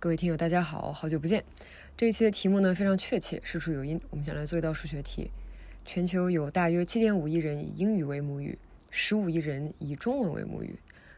各位听友大家好，好久不见。这一期的题目呢非常确切，事出有因，我们想来做一道数学题。全球有大约 7.5 亿人以英语为母语， 15亿人以中文为母语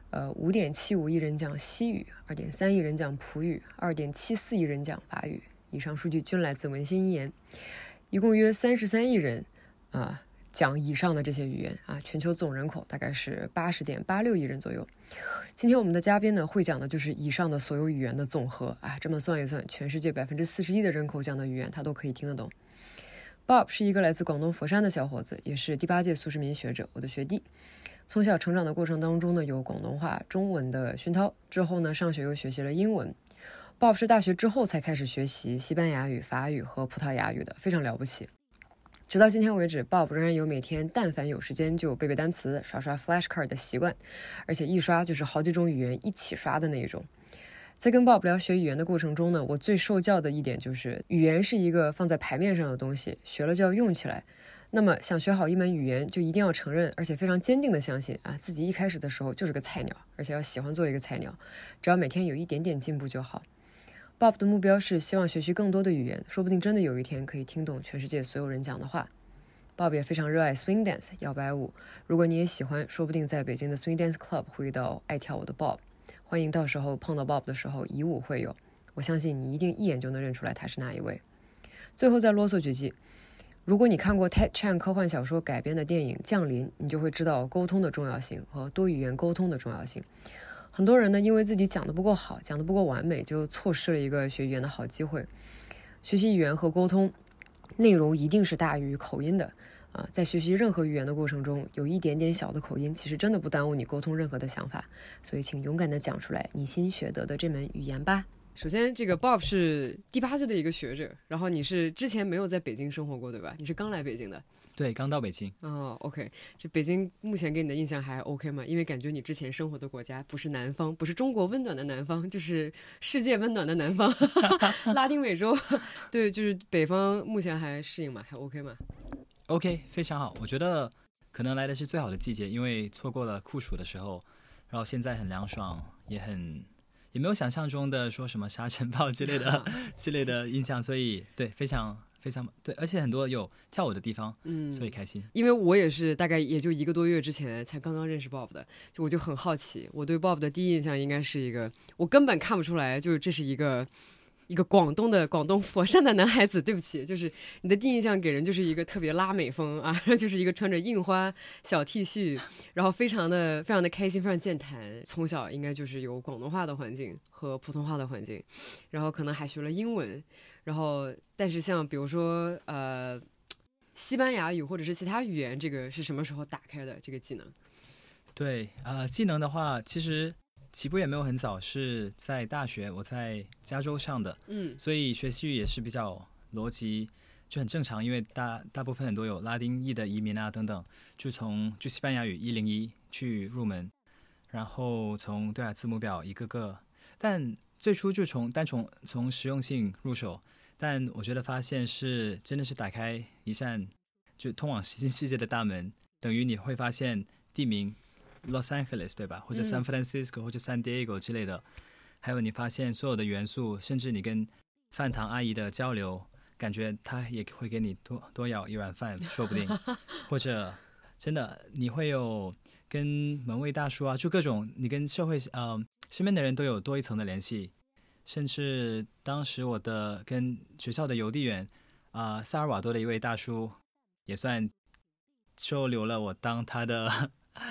，5.75 亿人讲西语， 2.3 亿人讲普语， 2.74 亿人讲法语。以上数据均来自文心一言。一共约33亿人讲以上的这些语言全球总人口大概是 80.86 亿人左右。今天我们的嘉宾呢会讲的就是以上的所有语言的总和这么算一算，全世界 41% 的人口讲的语言他都可以听得懂。Bob 是一个来自广东佛山的小伙子，也是第8届苏世民学者，我的学弟。从小成长的过程当中呢，有广东话、中文的熏陶，之后呢上学又学习了英文。Bob 是大学之后才开始学习西班牙语、法语和葡萄牙语的，非常了不起。直到今天为止， Bob 仍然有每天但凡有时间就背背单词、刷刷 flashcard 的习惯，而且一刷就是好几种语言一起刷的那一种。在跟 Bob 聊学语言的过程中呢，我最受教的一点就是语言是一个放在牌面上的东西，学了就要用起来。那么想学好一门语言，就一定要承认，而且非常坚定的相信自己一开始的时候就是个菜鸟，而且要喜欢做一个菜鸟，只要每天有一点点进步就好。Bob 的目标是希望学习更多的语言，说不定真的有一天可以听懂全世界所有人讲的话。Bob 也非常热爱 swing dance 摇摆舞，如果你也喜欢，说不定在北京的 swing dance club 会遇到爱跳舞的 Bob。 欢迎到时候碰到 Bob 的时候以舞会友，我相信你一定一眼就能认出来他是哪一位。最后再啰嗦几句，如果你看过 Ted Chiang 科幻小说改编的电影《降临》，你就会知道沟通的重要性和多语言沟通的重要性。很多人呢，因为自己讲得不够好，讲得不够完美，就错失了一个学语言的好机会。学习语言和沟通，内容一定是大于口音的在学习任何语言的过程中，有一点点小的口音，其实真的不耽误你沟通任何的想法。所以请勇敢地讲出来你新学得的这门语言吧。首先，这个 Bob 是第8届的一个学者，然后你是之前没有在北京生活过对吧？你是刚来北京的？ 对，刚到北京。 OK， 这北京目前给你的印象还 OK 吗？因为感觉你之前生活的国家不是南方，不是中国温暖的南方，就是世界温暖的南方拉丁美洲。对，就是北方目前还适应吗？还 OK 吗？ OK， 非常好。我觉得可能来的是最好的季节，因为错过了酷暑的时候，然后现在很凉爽，也没有想象中的说什么沙尘暴之类的印象，所以对，非常对，而且很多有跳舞的地方，所以开心。因为我也是大概也就1个多月之前才刚刚认识 Bob 的，我就很好奇，我对 Bob 的第一印象应该是一个，我根本看不出来，就是这是一个广东佛山的男孩子。对不起，就是你的第一印象给人就是一个特别拉美风就是一个穿着印花小 T 恤，然后非常的开心，非常健谈。从小应该就是有广东话的环境和普通话的环境，然后可能还学了英文，然后但是像比如说西班牙语或者是其他语言，这个是什么时候打开的这个技能？ 对技能的话，其实起步也没有很早，是在大学，我在加州上的，所以学习也是比较逻辑，就很正常，因为大部分很多有拉丁裔的移民等等，就西班牙语101去入门，然后从字母表一个个，但最初就从实用性入手，但我觉得发现是真的是打开一扇就通往新世界的大门，等于你会发现地名Los Angeles 对吧，或者 San Francisco 或者 San Diego 之类的，还有你发现所有的元素，甚至你跟饭堂阿姨的交流，感觉她也会给你多舀一碗饭说不定或者真的你会有跟门卫大叔就各种你跟社会身边的人都有多一层的联系。甚至当时我的跟学校的邮递员萨尔瓦多的一位大叔也算收留了我当他的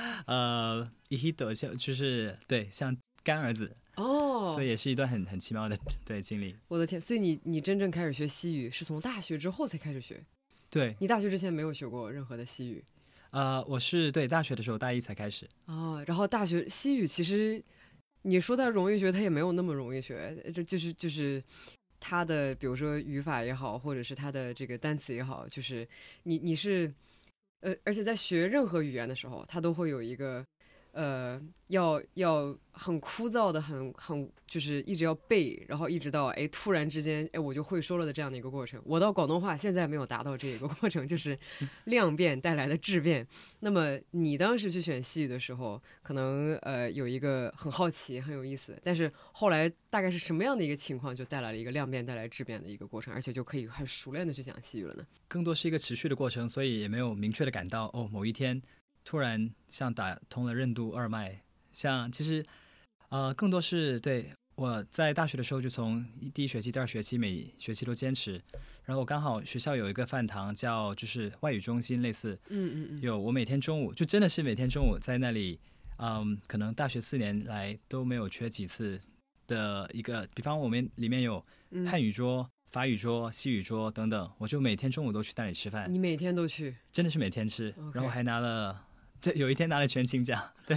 hijito， 就是对像干儿子所以也是一段很奇妙的经历。 我的天，所以你真正开始学西语是从大学之后才开始学？ 对， 你大学之前没有学过任何的西语？ 我是对大学的时候大一才开始然后大学西语其实你说它容易学，它也没有那么容易学，就是它的比如说语法也好，或者是它的这个单词也好，就是你是而且在学任何语言的时候，它都会有一个要很枯燥的，很就是一直要背，然后一直到突然之间我就会说了的这样的一个过程。我到广东话现在没有达到这个过程，就是量变带来的质变。那么你当时去选西语的时候，可能有一个很好奇很有意思，但是后来大概是什么样的一个情况就带来了一个量变带来质变的一个过程，而且就可以很熟练的去讲西语了呢？ 更多是一个持续的过程，所以也没有明确的感到某一天突然像打通了任督二脉。像其实更多是对我在大学的时候就从第一学期第二学期每学期都坚持，然后我刚好学校有一个饭堂叫就是外语中心类似，有我每天中午就真的是每天中午在那里，可能大学4年来都没有缺几次的一个，比方我们里面有汉语桌、法语桌、西语桌等等，我就每天中午都去那里吃饭。 你每天都去？ 真的是每天吃， Okay. 然后还拿了，对，有一天拿了全勤奖，对，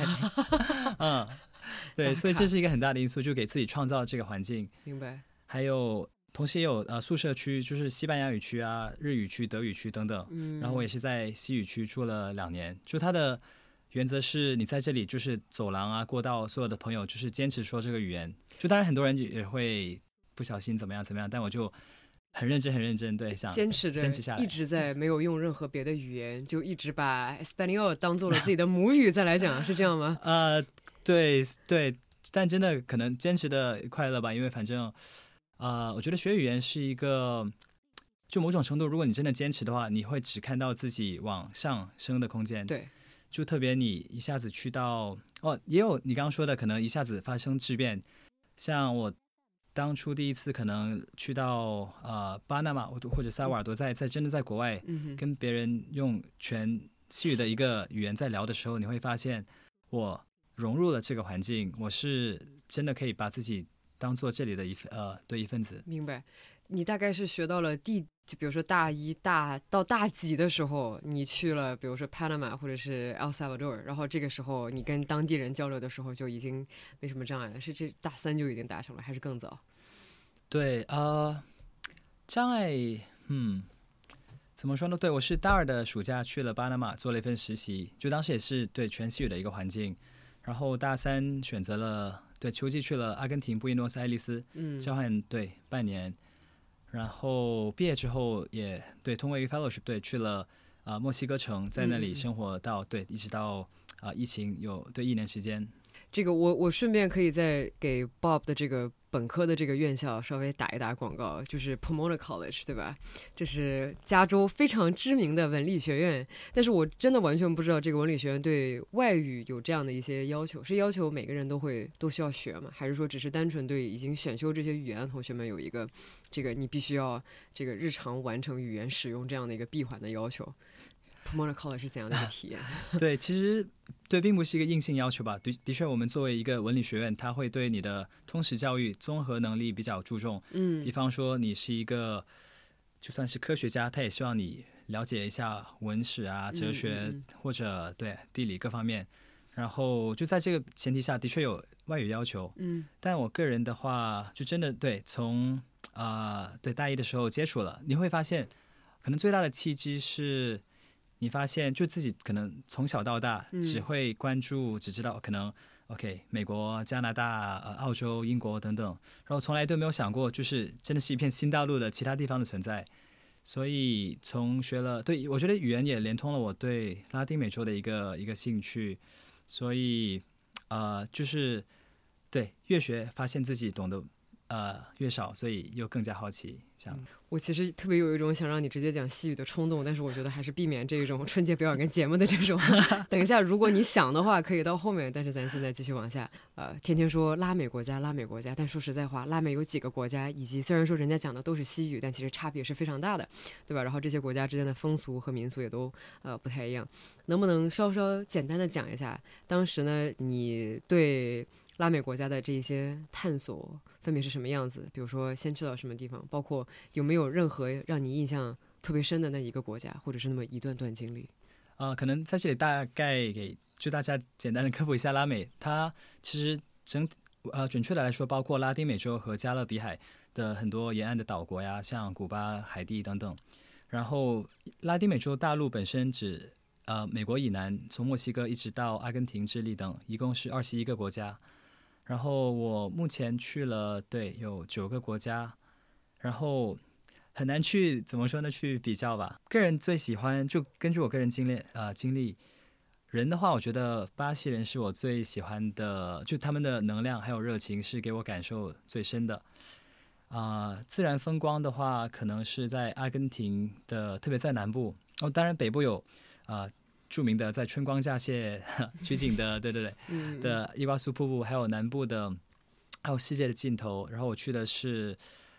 对，所以这是一个很大的因素，就给自己创造这个环境。 明白。 还有同时也有宿舍区，就是西班牙语区啊、日语区、德语区等等。然后我也是在西语区住了2年，就它的原则是你在这里就是走廊啊、过道，所有的朋友就是坚持说这个语言。就当然很多人也会不小心怎么样，但我就很认真，对，想坚持下来， 一直在没有用任何别的语言，就一直把 Espanol 当做了自己的母语再来讲，是这样吗？ 对，但真的可能坚持的快乐吧，因为反正我觉得学语言是一个，就某种程度，如果你真的坚持的话，你会只看到自己往上升的空间。 对， 就特别你一下子去到也有你刚刚说的，可能一下子发生质变，像我当初第一次可能去到巴拿马或者萨瓦尔多，在真的在国外跟别人用全西语的一个语言在聊的时候，你会发现我融入了这个环境，我是真的可以把自己当做这里的一份子。 明白。你大概是学到了就比如说大一到大几的时候，你去了比如说 Panama 或者是 El Salvador， 然后这个时候你跟当地人交流的时候就已经没什么障碍了，是这大3就已经达成了，还是更早？ 对，障碍，怎么说呢？对，我是大2的暑假去了巴拿马做了一份实习，就当时也是对全西语的一个环境。然后大3选择了对秋季去了阿根廷布宜诺斯艾利斯交换对半年，然后毕业之后也对通过一个 fellowship 对去了墨西哥城，在那里生活到对一直到疫情有对1年时间。 这个我顺便可以再给 Bob 的这个本科的这个院校稍微打一打广告，就是 Pomona College， 对吧？这是加州非常知名的文理学院，但是我真的完全不知道这个文理学院对外语有这样的一些要求，是要求每个人都需要学吗？还是说只是单纯对已经选修这些语言的同学们有一个这个你必须要这个日常完成语言使用这样的一个闭环的要求？Pomona College 是怎样的一个体验？ 对，其实对，并不是一个硬性要求吧。的确，我们作为一个文理学院，它会对你的通识教育、综合能力比较注重。比方说你是一个就算是科学家，他也希望你了解一下文史啊、哲学或者对地理各方面。然后就在这个前提下，的确有外语要求。但我个人的话，就真的对从对大1的时候接触了，你会发现，可能最大的契机是。你发现就自己可能从小到大只会关注只知道可能 OK 美国、加拿大、澳洲、英国等等，然后从来都没有想过就是真的是一片新大陆的其他地方的存在。所以从学了对我觉得语言也连通了我对拉丁美洲的一个兴趣，所以就是对越学发现自己懂得越少，所以又更加好奇。 我其实特别有一种想让你直接讲西语的冲动，但是我觉得还是避免这种春节表演跟节目的这种。等一下，如果你想的话，可以到后面，但是咱现在继续往下。天天说拉美国家，但说实在话，拉美有几个国家，以及虽然说人家讲的都是西语，但其实差别是非常大的，对吧？然后这些国家之间的风俗和民俗也都不太一样。能不能稍稍简单的讲一下，当时呢，你对拉美国家的这一些探索分别是什么样子？比如说先去到什么地方，包括有没有任何让你印象特别深的那一个国家，或者是那么一段经历？ 可能在这里大概给就大家简单的科普一下拉美，它其实准确的来说，包括拉丁美洲和加勒比海的很多沿岸的岛国呀，像古巴、海地等等。然后拉丁美洲大陆本身只美国以南，从墨西哥一直到阿根廷、智利等，一共是21个国家。然后我目前去了，对，有9个国家。然后很难去怎么说呢？去比较吧。个人最喜欢，就根据我个人经历，人的话，我觉得巴西人是我最喜欢的，就他们的能量还有热情是给我感受最深的。自然风光的话，可能是在阿根廷的，特别在南部。当然北部有著名的在春光乍泄取景的，对的伊瓜苏瀑布，还有南部的，还有世界的尽头。然后我去的是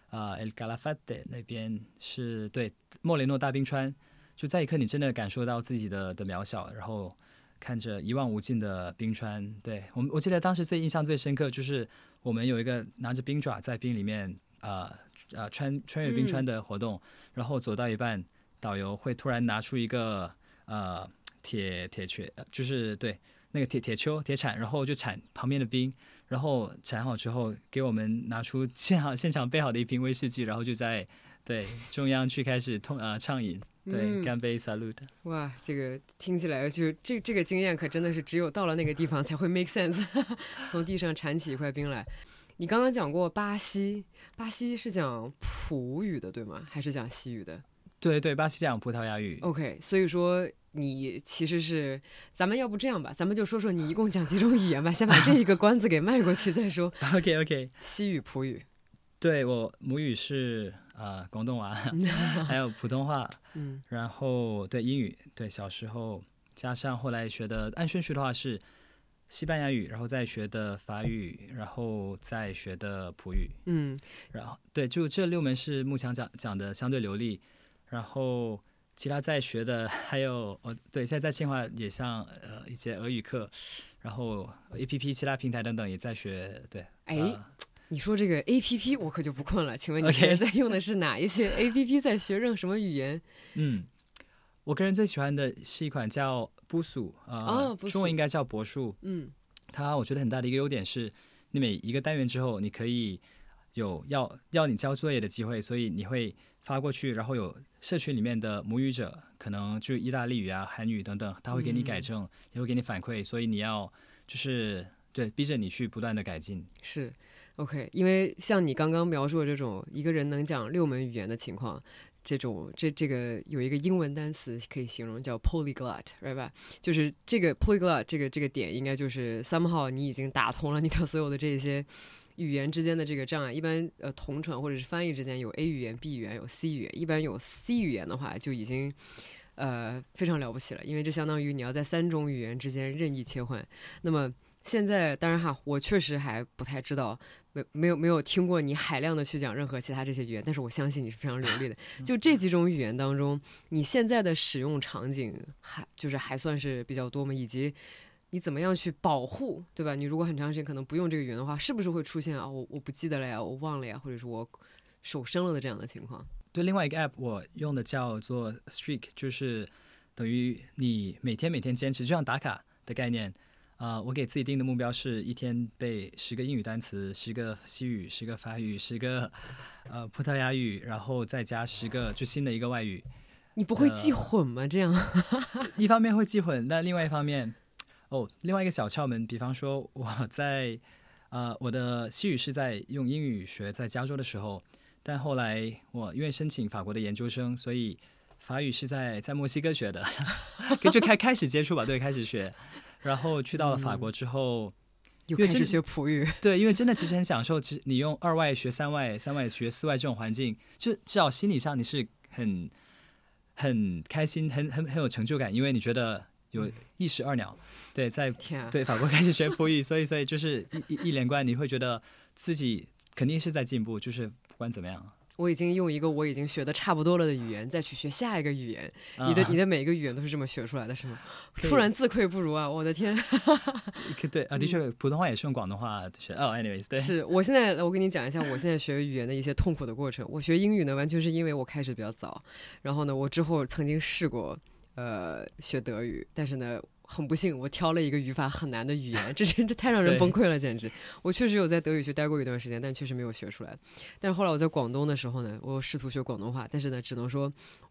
El Calafate 那边，是对莫雷诺大冰川，就在一刻你真的感受到自己的渺小，然后看着一望无尽的冰川。对，我记得当时印象最深刻就是我们有一个拿着冰爪在冰里面穿越冰川的活动，然后走到一半，导游会突然拿出一个铁锤，就是对那个铁锹铁铲，然后就铲旁边的冰，然后铲好之后给我们拿出现场备好的一瓶威士忌，然后就在对中央去开始畅饮，对，干杯 salute。 哇，这个听起来就这个经验可真的是只有到了那个地方才会 make sense 从地上铲起一块冰来。你刚刚讲过巴西是讲葡语的对吗？还是讲西语的？ 对，巴西讲葡萄牙语。 OK， 所以说你其实是，咱们要不这样吧，咱们就说说你一共讲几种语言吧，先把这一个关子给迈过去再说。 OK， 西语、葡语。对， 我母语是广东话还有普通话，然后对英语，对小时候加上后来学的，按顺序的话是西班牙语，然后再学的法语，然后再学的葡语。然后对，就这6门是目前讲的相对流利，然后其他在学的还有对，现在在清华也上一些俄语课，然后 APP 其他平台等等也在学。对， 你说这个 APP 我可就不困了，请问你现在在用的是哪一些 APP 在学什么语言？ 我个人最喜欢的是一款叫步数，中文应该叫博数。它我觉得很大的一个优点是，你每一个单元之后，你可以有要你交作业的机会，所以你会发过去，然后有社群里面的母语者，可能就意大利语韩语等等，他会给你改正，也会给你反馈，所以你要就是对逼着你去不断的改进。 是 OK， 因为像你刚刚描述的这种一个人能讲6门语言的情况，这个有一个英文单词可以形容叫 polyglot， right 吧？就是这个 polyglot 这个点应该就是 somehow 你已经打通了你的所有的这些语言之间的这个障碍。一般同传或者是翻译之间有 A 语言 B 语言有 C 语言，一般有 C 语言的话就已经非常了不起了，因为这相当于你要在3种语言之间任意切换。那么现在当然我确实还不太知道，没有听过你海量的去讲任何其他这些语言，但是我相信你是非常流利的。就这几种语言当中，你现在的使用场景还算是比较多吗？以及你怎么样去保护，对吧？你如果很长时间可能不用这个语言的话，是不是会出现我不记得了呀，我忘了呀，或者是我手生了的这样的情况？ 对，另外一个 app 我用的叫做 Streak， 就是等于你每天坚持，就像打卡的概念。我给自己定的目标是一天背10个英语单词，10个西语，10个法语，10个葡萄牙语，然后再加10个就新的一个外语。 你不会记混吗？这样一方面会记混，但另外一方面另外一个小窍门，比方说我在我的西语是在用英语学，在加州的时候，但后来我因为申请法国的研究生，所以法语是在墨西哥学的就开始接触吧，对，开始学。然后去到了法国之后， 又开始学葡语。 对，因为真的其实很享受。其实你用2外学3外，3外学4外这种环境，就至少心理上你是很开心，很有成就感，因为你觉得有一石二鸟。对，在对法国开始学葡语，所以就是一连贯，你会觉得自己肯定是在进步，就是不管怎么样。 我已经用一个我已经学的差不多了的语言再去学下一个语言，你的每个语言都是这么学出来的是吗？突然自愧不如啊！我的天。 对的确，普通话也是用广东话学。anyways， 对。 是我现在我跟你讲一下我现在学语言的一些痛苦的过程。我学英语呢，完全是因为我开始比较早，然后呢，我之后曾经试过学德语，但是呢。很不幸，我挑了一个语法很难的语言，这太让人崩溃了，简直！我确实有在德语区待过一段时间，但确实没有学出来。但是后来我在广东的时候呢，我试图学广东话，但是呢，只能说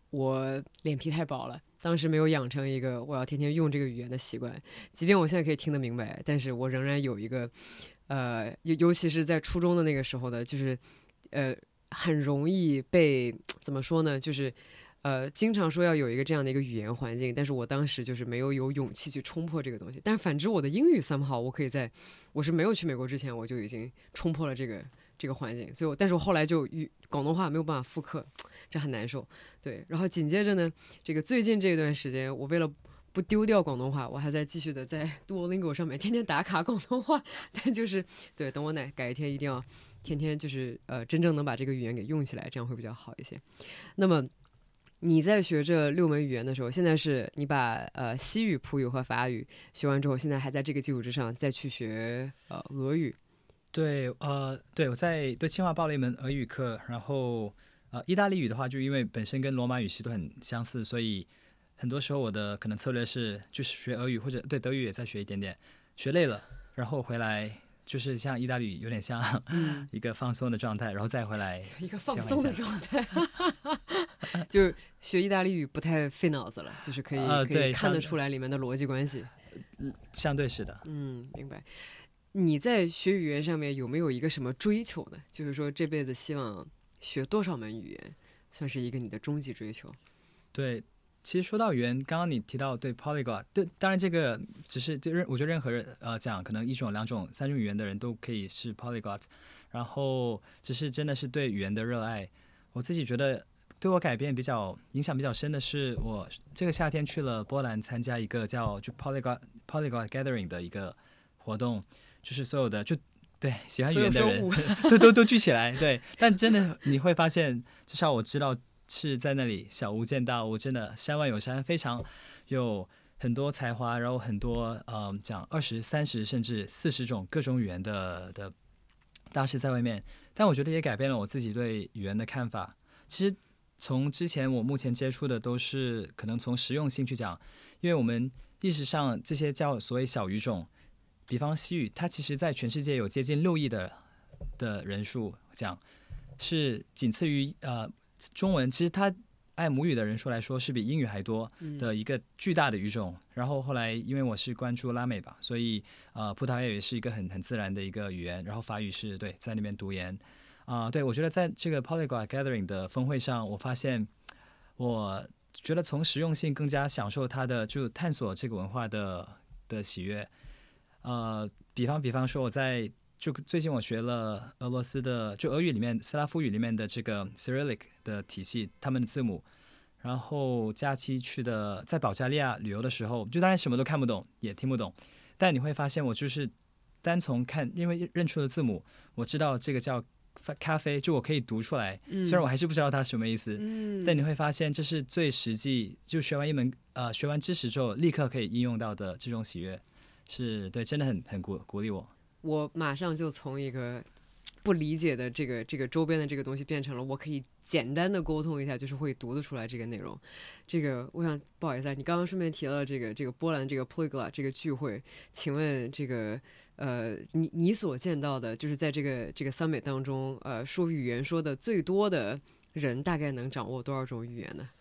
我脸皮太薄了，当时没有养成一个我要天天用这个语言的习惯。即便我现在可以听得明白，但是我仍然有一个尤其是在初中的那个时候的，就是很容易被怎么说呢，就是经常说要有一个这样的一个语言环境，但是我当时就是没有勇气去冲破这个东西。但是反之，我的英语somehow我可以我是没有去美国之前，我就已经冲破了这个环境，所以但是我后来就广东话没有办法复刻，这很难受。对，然后紧接着呢，这个最近这段时间，我为了不丢掉广东话，我还在继续的在 Duolingo 上面天天打卡广东话，但就是对，等我改一天一定要天天就是真正能把这个语言给用起来，这样会比较好一些。那么你在学这6门语言的时候，现在是你把西语、普语和法语学完之后，现在还在这个基础之上再去学俄语。 对，对，我对清华报了一门俄语课，然后意大利语的话，就因为本身跟罗马语系都很相似，所以很多时候我的可能策略是就是学俄语，或者对德语也在学一点点，学累了，然后回来就是像意大利语有点像一个放松的状态，然后再回来一个放松的状态，就学意大利语不太费脑子了，就是可以看得出来里面的逻辑关系。 相对是的。 明白。你在学语言上面有没有一个什么追求呢？就是说这辈子希望学多少门语言，算是一个你的终极追求？ 对，其实说到语言，刚刚你提到对 polyglot， 对，当然这个只是我觉得任何人讲可能1种、2种、3种语言的人都可以是 polyglot， 然后只是真的是对语言的热爱。我自己觉得对我影响比较深的是，我这个夏天去了波兰参加一个叫就 polyglot gathering 的一个活动，就是所有的对喜欢语言的人都聚起来，对。但真的你会发现，至少我知道是在那里小巫见大巫，真的山外有山，非常有很多才华，然后很多讲20、30甚至40种各种语言的大师在外面。但我觉得也改变了我自己对语言的看法。其实从之前我目前接触的都是可能从实用性去讲，因为我们历史上这些叫所谓小语种，比方西语，它其实在全世界有接近6亿的人数，讲是仅次于中文。其实它按母语的人数来说是比英语还多的一个巨大的语种。然后后来因为我是关注拉美吧，所以葡萄牙语也是一个很自然的一个语言，然后法语是对在那边读研。对，我觉得在这个 Polyglot Gathering 的峰会上，我发现我觉得从实用性更加享受它的就探索这个文化的喜悦。比方说就最近我学了俄罗斯的就俄语里面斯拉夫语里面的这个 Cyrillic 的体系，他们的字母。然后假期在保加利亚旅游的时候，就当然什么都看不懂也听不懂，但你会发现我就是单从看，因为认出了字母，我知道这个叫咖啡，就我可以读出来，虽然我还是不知道它什么意思，但你会发现这是最实际，就学完知识之后立刻可以应用到的这种喜悦，是对，真的很鼓励我。 我马上就从一个不理解的这个周边的这个东西变成了我可以简单的沟通一下，就是会读得出来这个内容。这个我想不好意思，你刚刚顺便提了这个波兰这个 Polyglot 这个聚会，请问这个你所见到的，就是在这个 Summit 当中，说语言说的最多的人，大概能掌握多少种语言呢？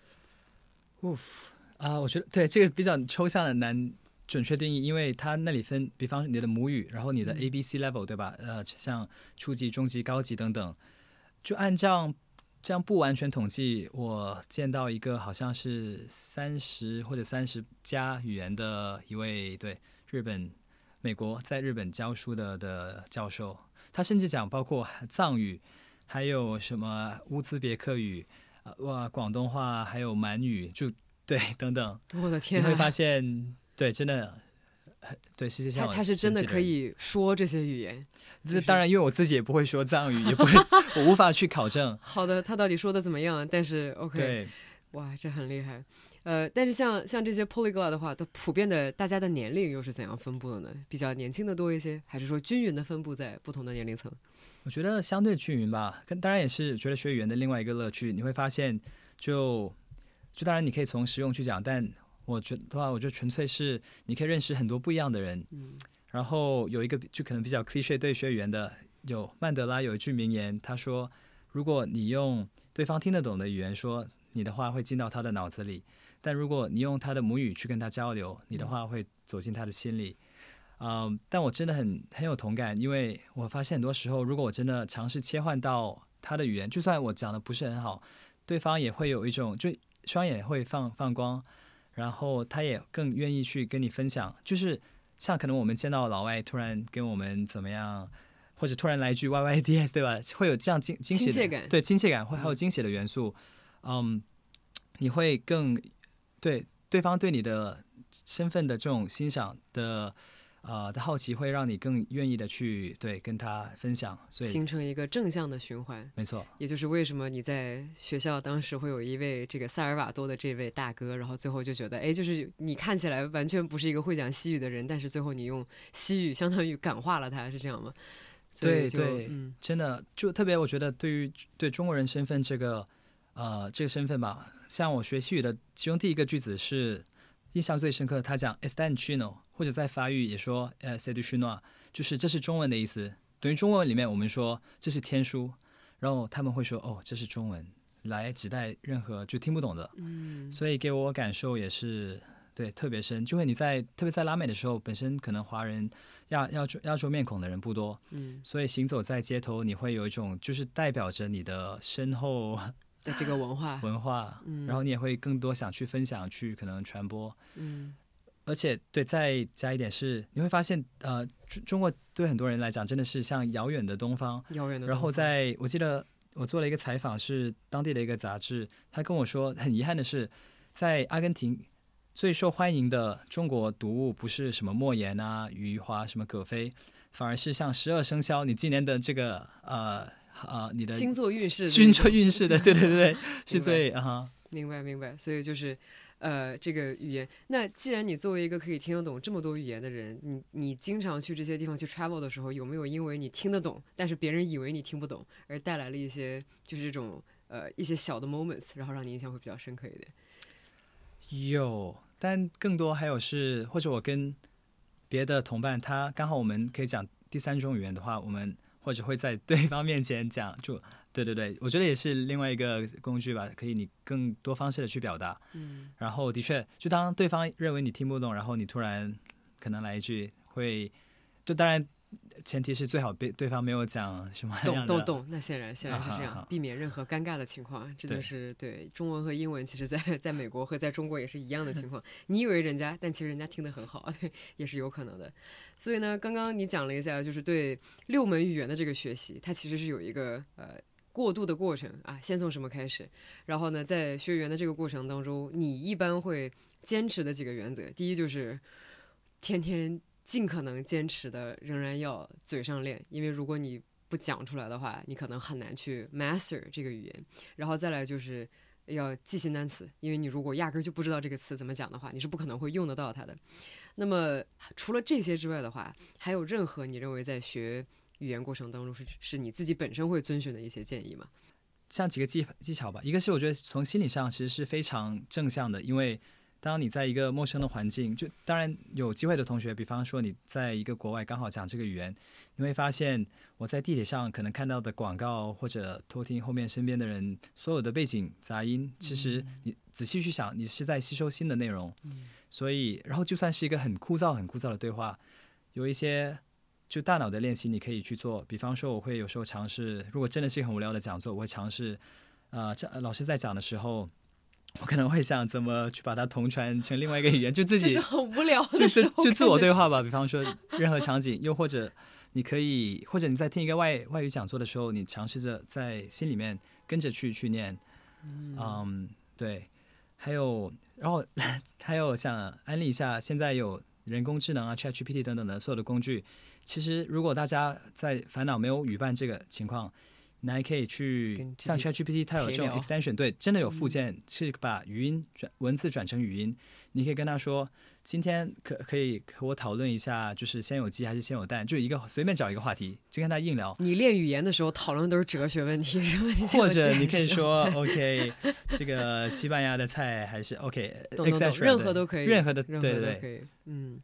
我觉得对这个比较抽象的难准确定义，因为它那里分，比方你的母语，然后你的 ABC level 对吧？像初级、中级、高级等等，就按这样不完全统计，我见到一个好像是30或者30加语言的一位对美国在日本教书的教授，他甚至讲包括藏语，还有什么乌兹别克语，广东话，还有满语，就对等等。 我的天啊！ 你会发现。对，真的，对世界上他是真的可以说这些语言。 这当然，因为我自己也不会说藏语，也不会，我无法去考证。 好的，他到底说的怎么样？但是 OK， 对， 哇，这很厉害。但是像这些 polyglot 的话，都普遍的大家的年龄又是怎样分布的呢？比较年轻的多一些，还是说均匀的分布在不同的年龄层？ 我觉得相对均匀吧。当然也是觉得学语言的另外一个乐趣，你会发现就当然你可以从实用去讲，但我觉得纯粹是你可以认识很多不一样的人。然后有一个就可能比较 cliché 对学语言的，曼德拉有一句名言，他说如果你用对方听得懂的语言说， 你的话会进到他的脑子里，但如果你用他的母语去跟他交流，你的话会走进他的心里。但我真的很有同感，因为我发现很多时候，如果我真的尝试切换到他的语言，就算我讲的不是很好，对方也会有一种就双眼会放光，然后他也更愿意去跟你分享。就是像可能我们见到老外突然跟我们怎么样，或者突然来一句 YYDS 对吧，会有这样惊喜的亲切感， 对亲切感，会还有惊喜的元素。你会更对方对你的身份的这种欣赏的好奇，会让你更愿意的去跟他分享，所以形成一个正向的循环。 没错， 也就是为什么你在学校当时会有一位这个萨尔瓦多的这位大哥，然后最后就觉得，哎，就是你看起来完全不是一个会讲西语的人，但是最后你用西语相当于感化了他，是这样吗？ 对，真的就特别，我觉得对中国人身份这个身份吧，像我学西语的其中第一个句子是印象最深刻的，他讲 Estan Chino， 或者在法语也说C'est du chinois， 就是这是中文的意思，等于中文里面我们说这是天书，然后他们会说哦这是中文，来指代任何就听不懂的，所以给我感受也是特别深，就会特别在拉美的时候，本身可能华人亚洲面孔的人不多，所以行走在街头，你会有一种就是代表着你的身后的这个文化， 然后你也会更多想去分享，去可能传播，而且再加一点是，你会发现中国对很多人来讲真的是像遥远的东方，然后我记得我做了一个采访，是当地的一个杂志，他跟我说很遗憾的是，在阿根廷最受欢迎的中国读物不是什么莫言啊、余华、什么葛飞，反而是像12生肖，你今年的这个你的星座运势的，对，是最明白。所以就是这个语言，那既然你作为一个可以听得懂这么多语言的人，你经常去这些地方去 travel 的时候，有没有因为你听得懂，但是别人以为你听不懂，而带来了一些就是这种一些小的 moments， 然后让你印象会比较深刻一点？ 有，但更多还有是，或者我跟别的同伴，他刚好我们可以讲第三种语言的话，我们或者会在对方面前讲，就对，我觉得也是另外一个工具吧，可以你更多方式的去表达。然后的确，就当对方认为你听不懂，然后你突然可能来一句，就当然前提是最好对方没有讲什么样的懂，那显然是这样，避免任何尴尬的情况。这就是对中文和英文，其实在美国和在中国也是一样的情况。你以为人家，但其实人家听得很好，对，也是有可能的。所以呢，刚刚你讲了一下，就是对6门语言的这个学习，它其实是有一个过渡的过程啊。先从什么开始？然后呢，在学语言的这个过程当中，你一般会坚持的几个原则，第一就是天天尽可能坚持的仍然要嘴上练，因为如果你不讲出来的话，你可能很难去 master 这个语言。然后再来就是要记新单词，因为你如果压根就不知道这个词怎么讲的话，你是不可能会用得到它的。那么除了这些之外的话，还有任何你认为在学语言过程当中是你自己本身会遵循的一些建议吗？ 像几个技巧吧，一个是我觉得从心理上其实是非常正向的，因为当你在一个陌生的环境，就当然有机会的同学，比方说你在一个国外刚好讲这个语言，你会发现我在地铁上可能看到的广告，或者偷听后面身边的人所有的背景杂音，其实你仔细去想，你是在吸收新的内容。所以然后就算是一个很枯燥的对话，有一些就大脑的练习你可以去做。比方说我会有时候尝试，如果真的是一个很无聊的讲座，我会尝试老师在讲的时候，我可能会想怎么去把它同传成另外一个语言，就自己这是很无聊的时候就自我对话吧。比方说任何场景，又或者你可以，或者你在听一个外语讲座的时候，你尝试着在心里面跟着去念。对，然后还有想安利一下，现在有人工智能啊 ChatGPT 等等的所有的工具，其实如果大家在烦恼没有语伴这个情况，你还可以去像 ChatGPT 它有这种 extension， 对，真的有附件是把文字转成语音，你可以跟他说今天可以和我讨论一下，就是先有鸡还是先有蛋，就随便找一个话题就跟他硬聊。 你练语言的时候讨论都是哲学问题是吗？ 或者你可以说 OK 这个西班牙的菜还是 OK， 懂，任何都可以， 任何的对。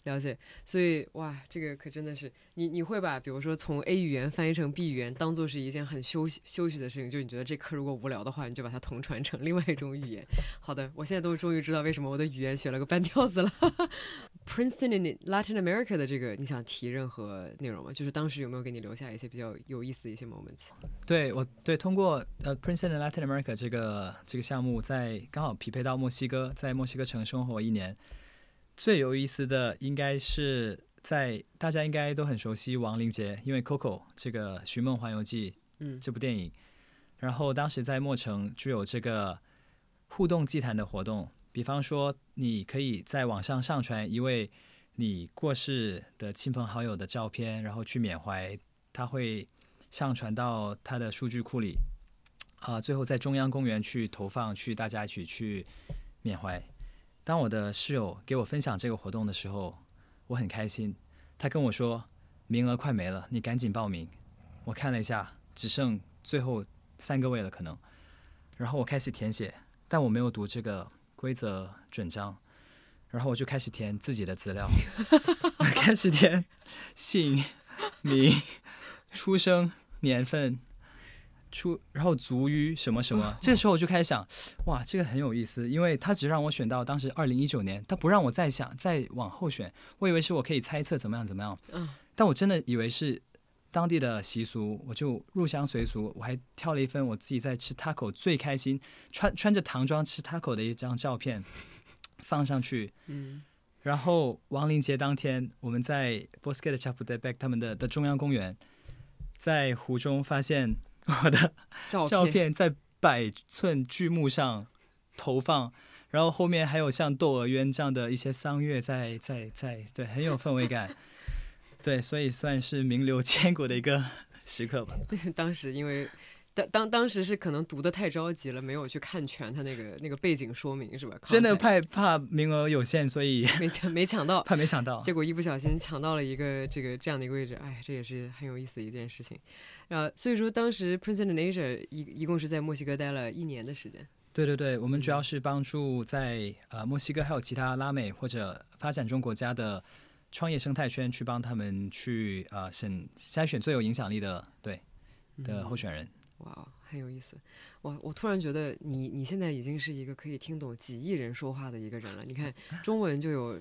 了解。所以哇，这个可真的是你会把比如说从 A 语言翻译成 B 语言当做是一件很休息的事情，就你觉得这课如果无聊的话，你就把它同传成另外一种语言。好的，我现在终于知道为什么我的语言学了个半吊子了。Princeton in Latin America 的这个你想提任何内容吗？就是当时有没有给你留下一些比较有意思的一些 moments？ 对，通过Princeton in Latin America 这个项目，在刚好匹配到墨西哥，在墨西哥城生活1年。最有意思的应该是大家应该都很熟悉亡灵节，因为 Coco 这个《寻梦环游记》这部电影，然后当时在墨城就有这个互动祭坛的活动，比方说你可以在网上上传一位你过世的亲朋好友的照片，然后去缅怀，他会上传到他的数据库里，最后在中央公园去投放，去大家一起去缅怀。当我的室友给我分享这个活动的时候，我很开心。他跟我说名额快没了，你赶紧报名。我看了一下，只剩最后3个位了可能。然后我开始填写，但我没有读这个规则准章，然后我就开始填自己的资料，我开始填姓名、出生年份。然后族语什么什么，这时候我就开始想，哇，这个很有意思，因为他只让我选到当时2019年，他不让我再往后选，我以为是我可以猜测怎么样，但我真的以为是当地的习俗，我就入乡随俗，我还挑了一份我自己在吃 taco 最开心，穿着唐装吃 taco 的一张照片放上去，然后亡灵节当天，我们在 Bosque de Chapultepec 他们的中央公园，在湖中发现我的照片在100寸巨幕上投放，然后后面还有像窦娥冤这样的一些桑乐在，对，很有氛围感。对，所以算是名留千古的一个时刻吧。 当时因为当时是可能读得太着急了，没有去看全他那个背景说明，是吧？ 真的怕名额有限，所以没抢到， 怕没抢到， 结果一不小心抢到了一个这样的一个位置，哎，这也是很有意思的一件事情。所以说当时 Princeton in Asia 一共是在墨西哥待了1年的时间。 对，我们主要是帮助在墨西哥还有其他拉美或者发展中国家的创业生态圈去帮他们去筛选最有影响力的候选人。 哇，很有意思。哇，我突然觉得你现在已经是一个可以听懂几亿人说话的一个人了。你看中文就有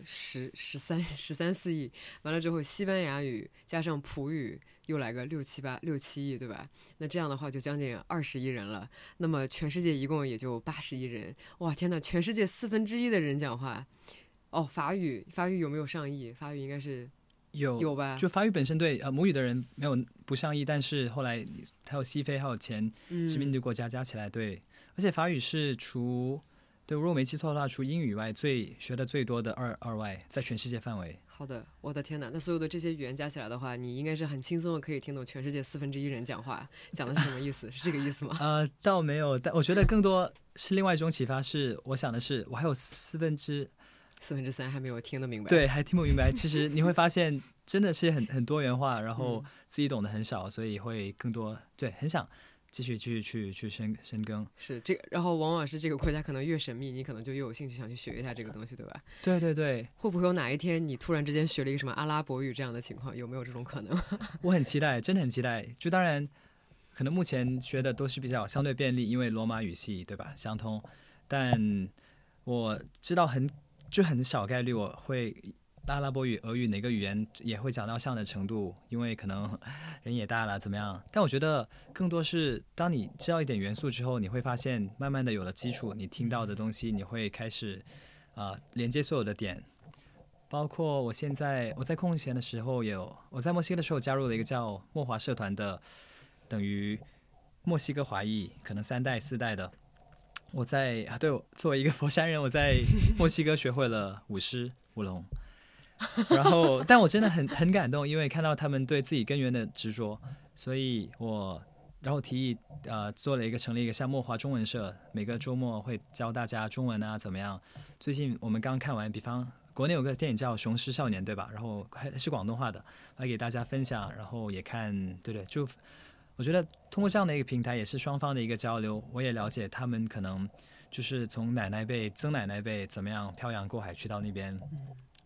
13、14亿，完了之后西班牙语加上葡语又来个6、7亿，对吧？那这样的话就将近20亿人了。那么全世界一共也就80亿人。哇，天哪，全世界1/4的人讲话。哦，法语有没有上亿？法语应该是有吧？ 就法语本身对母语的人没有不上亿，但是后来还有西非还有前殖民地国家加起来，对，而且法语是对，如果没记错的话，除英语以外学的最多的二外，在全世界范围。 好的，我的天哪，那所有的这些语言加起来的话，你应该是很轻松的可以听懂全世界1/4人讲话，讲的是什么意思？是这个意思吗？ 倒没有，但我觉得更多是另外一种启发，是我想的是我还有3/4 还没有听得明白。 对，还听不明白。其实你会发现真的是很多元化，然后自己懂得很少，所以会更多，对，很想继续去深耕。 是这个，然后往往是这个国家可能越神秘，你可能就越有兴趣想去学一下这个东西，对吧？ 对。 会不会有哪一天你突然之间学了一个什么阿拉伯语这样的情况？有没有这种可能？ 我很期待，真的很期待。就当然可能目前学的都是比较相对便利，因为罗马语系，对吧，相通，但我知道很小概率我会阿拉伯语、俄语哪个语言也会讲到像的程度，因为可能人也大了怎么样。但我觉得更多是当你知道一点元素之后，你会发现慢慢的有了基础，你听到的东西你会开始连接所有的点。包括我在空闲的时候我在墨西哥的时候加入了一个叫墨华社团的，等于墨西哥华裔，可能3代4代的。我作为一个佛山人，我在墨西哥学会了舞狮、舞龙，然后但我真的很感动，因为看到他们对自己根源的执着，所以然后提议成立一个像墨华中文社，每个周末会教大家中文啊怎么样。最近我们刚看完，比方国内有个电影叫《雄狮少年》，对吧？然后还是广东话的，来给大家分享，然后也看，对，就我觉得通过这样的一个平台，也是双方的一个交流。我也了解他们可能就是从奶奶辈、曾奶奶辈怎么样漂洋过海去到那边，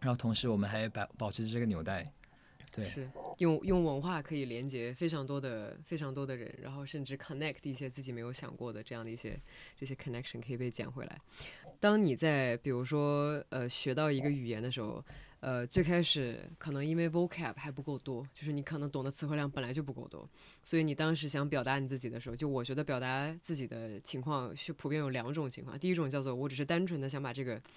然后同时我们还保持着这个纽带。对， 是用文化可以连接非常多的人，然后甚至 connect 一些自己没有想过的这样的这些 connection 可以被捡回来。当你在比如说学到一个语言的时候，最开始可能因为 vocab 还不够多，就是你可能懂的词汇量本来就不够多，所以你当时想表达你自己的时候，就我觉得表达自己的情况是普遍有2种情况。第一种叫做我只是单纯的想把这个